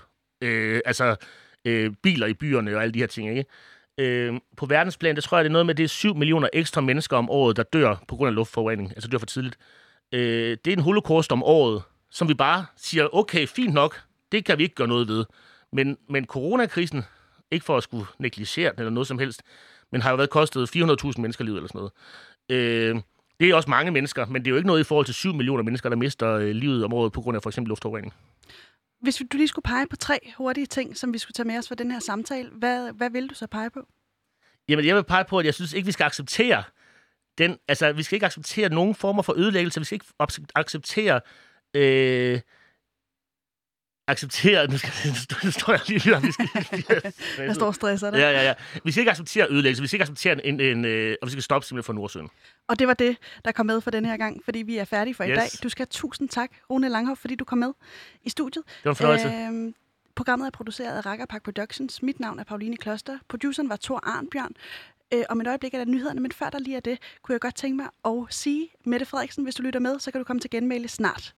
Speaker 2: biler i byerne og alle de her ting, ikke? På verdensplan, det tror jeg, det er noget med, det er 7 millioner ekstra mennesker om året, der dør på grund af luftforurening, altså dør for tidligt. Det er en holocaust om året, som vi bare siger, okay, fint nok, det kan vi ikke gøre noget ved. Men coronakrisen, ikke for at skulle negligere den eller noget som helst, men har jo været kostet 400.000 mennesker livet eller sådan noget. Det er også mange mennesker, men det er jo ikke noget i forhold til 7 millioner mennesker, der mister livet om året på grund af for eksempel luftforurening.
Speaker 1: Hvis du lige skulle pege på 3 hurtige ting, som vi skulle tage med os for den her samtale, hvad vil du så pege på? Jamen,
Speaker 2: jeg vil pege på, at jeg synes ikke, vi skal acceptere vi skal ikke acceptere nogen former for ødelæggelse. Vi skal ikke acceptere acceptere... Nu står jeg lige og vi skal...
Speaker 1: Jeg står og stresser dig.
Speaker 2: Ja. Vi skal ikke acceptere ødelæggelse. Vi skal ikke acceptere og vi skal stoppe simpelthen for Nordsøen.
Speaker 1: Og det var det, der kom med for denne her gang, fordi vi er færdige for i dag. Du skal have tusind tak, Rune Langhoff, fordi du kom med i studiet.
Speaker 2: Det var en fornøjelse.
Speaker 1: Programmet er produceret af Rakkerpak Productions. Mit navn er Pauline Kloster. Produceren var Thor Arnbjørn. Om et øjeblik er der nyhederne, men før der lige er det, kunne jeg godt tænke mig at sige, Mette Frederiksen, hvis du lytter med, så kan du komme til genmæle snart.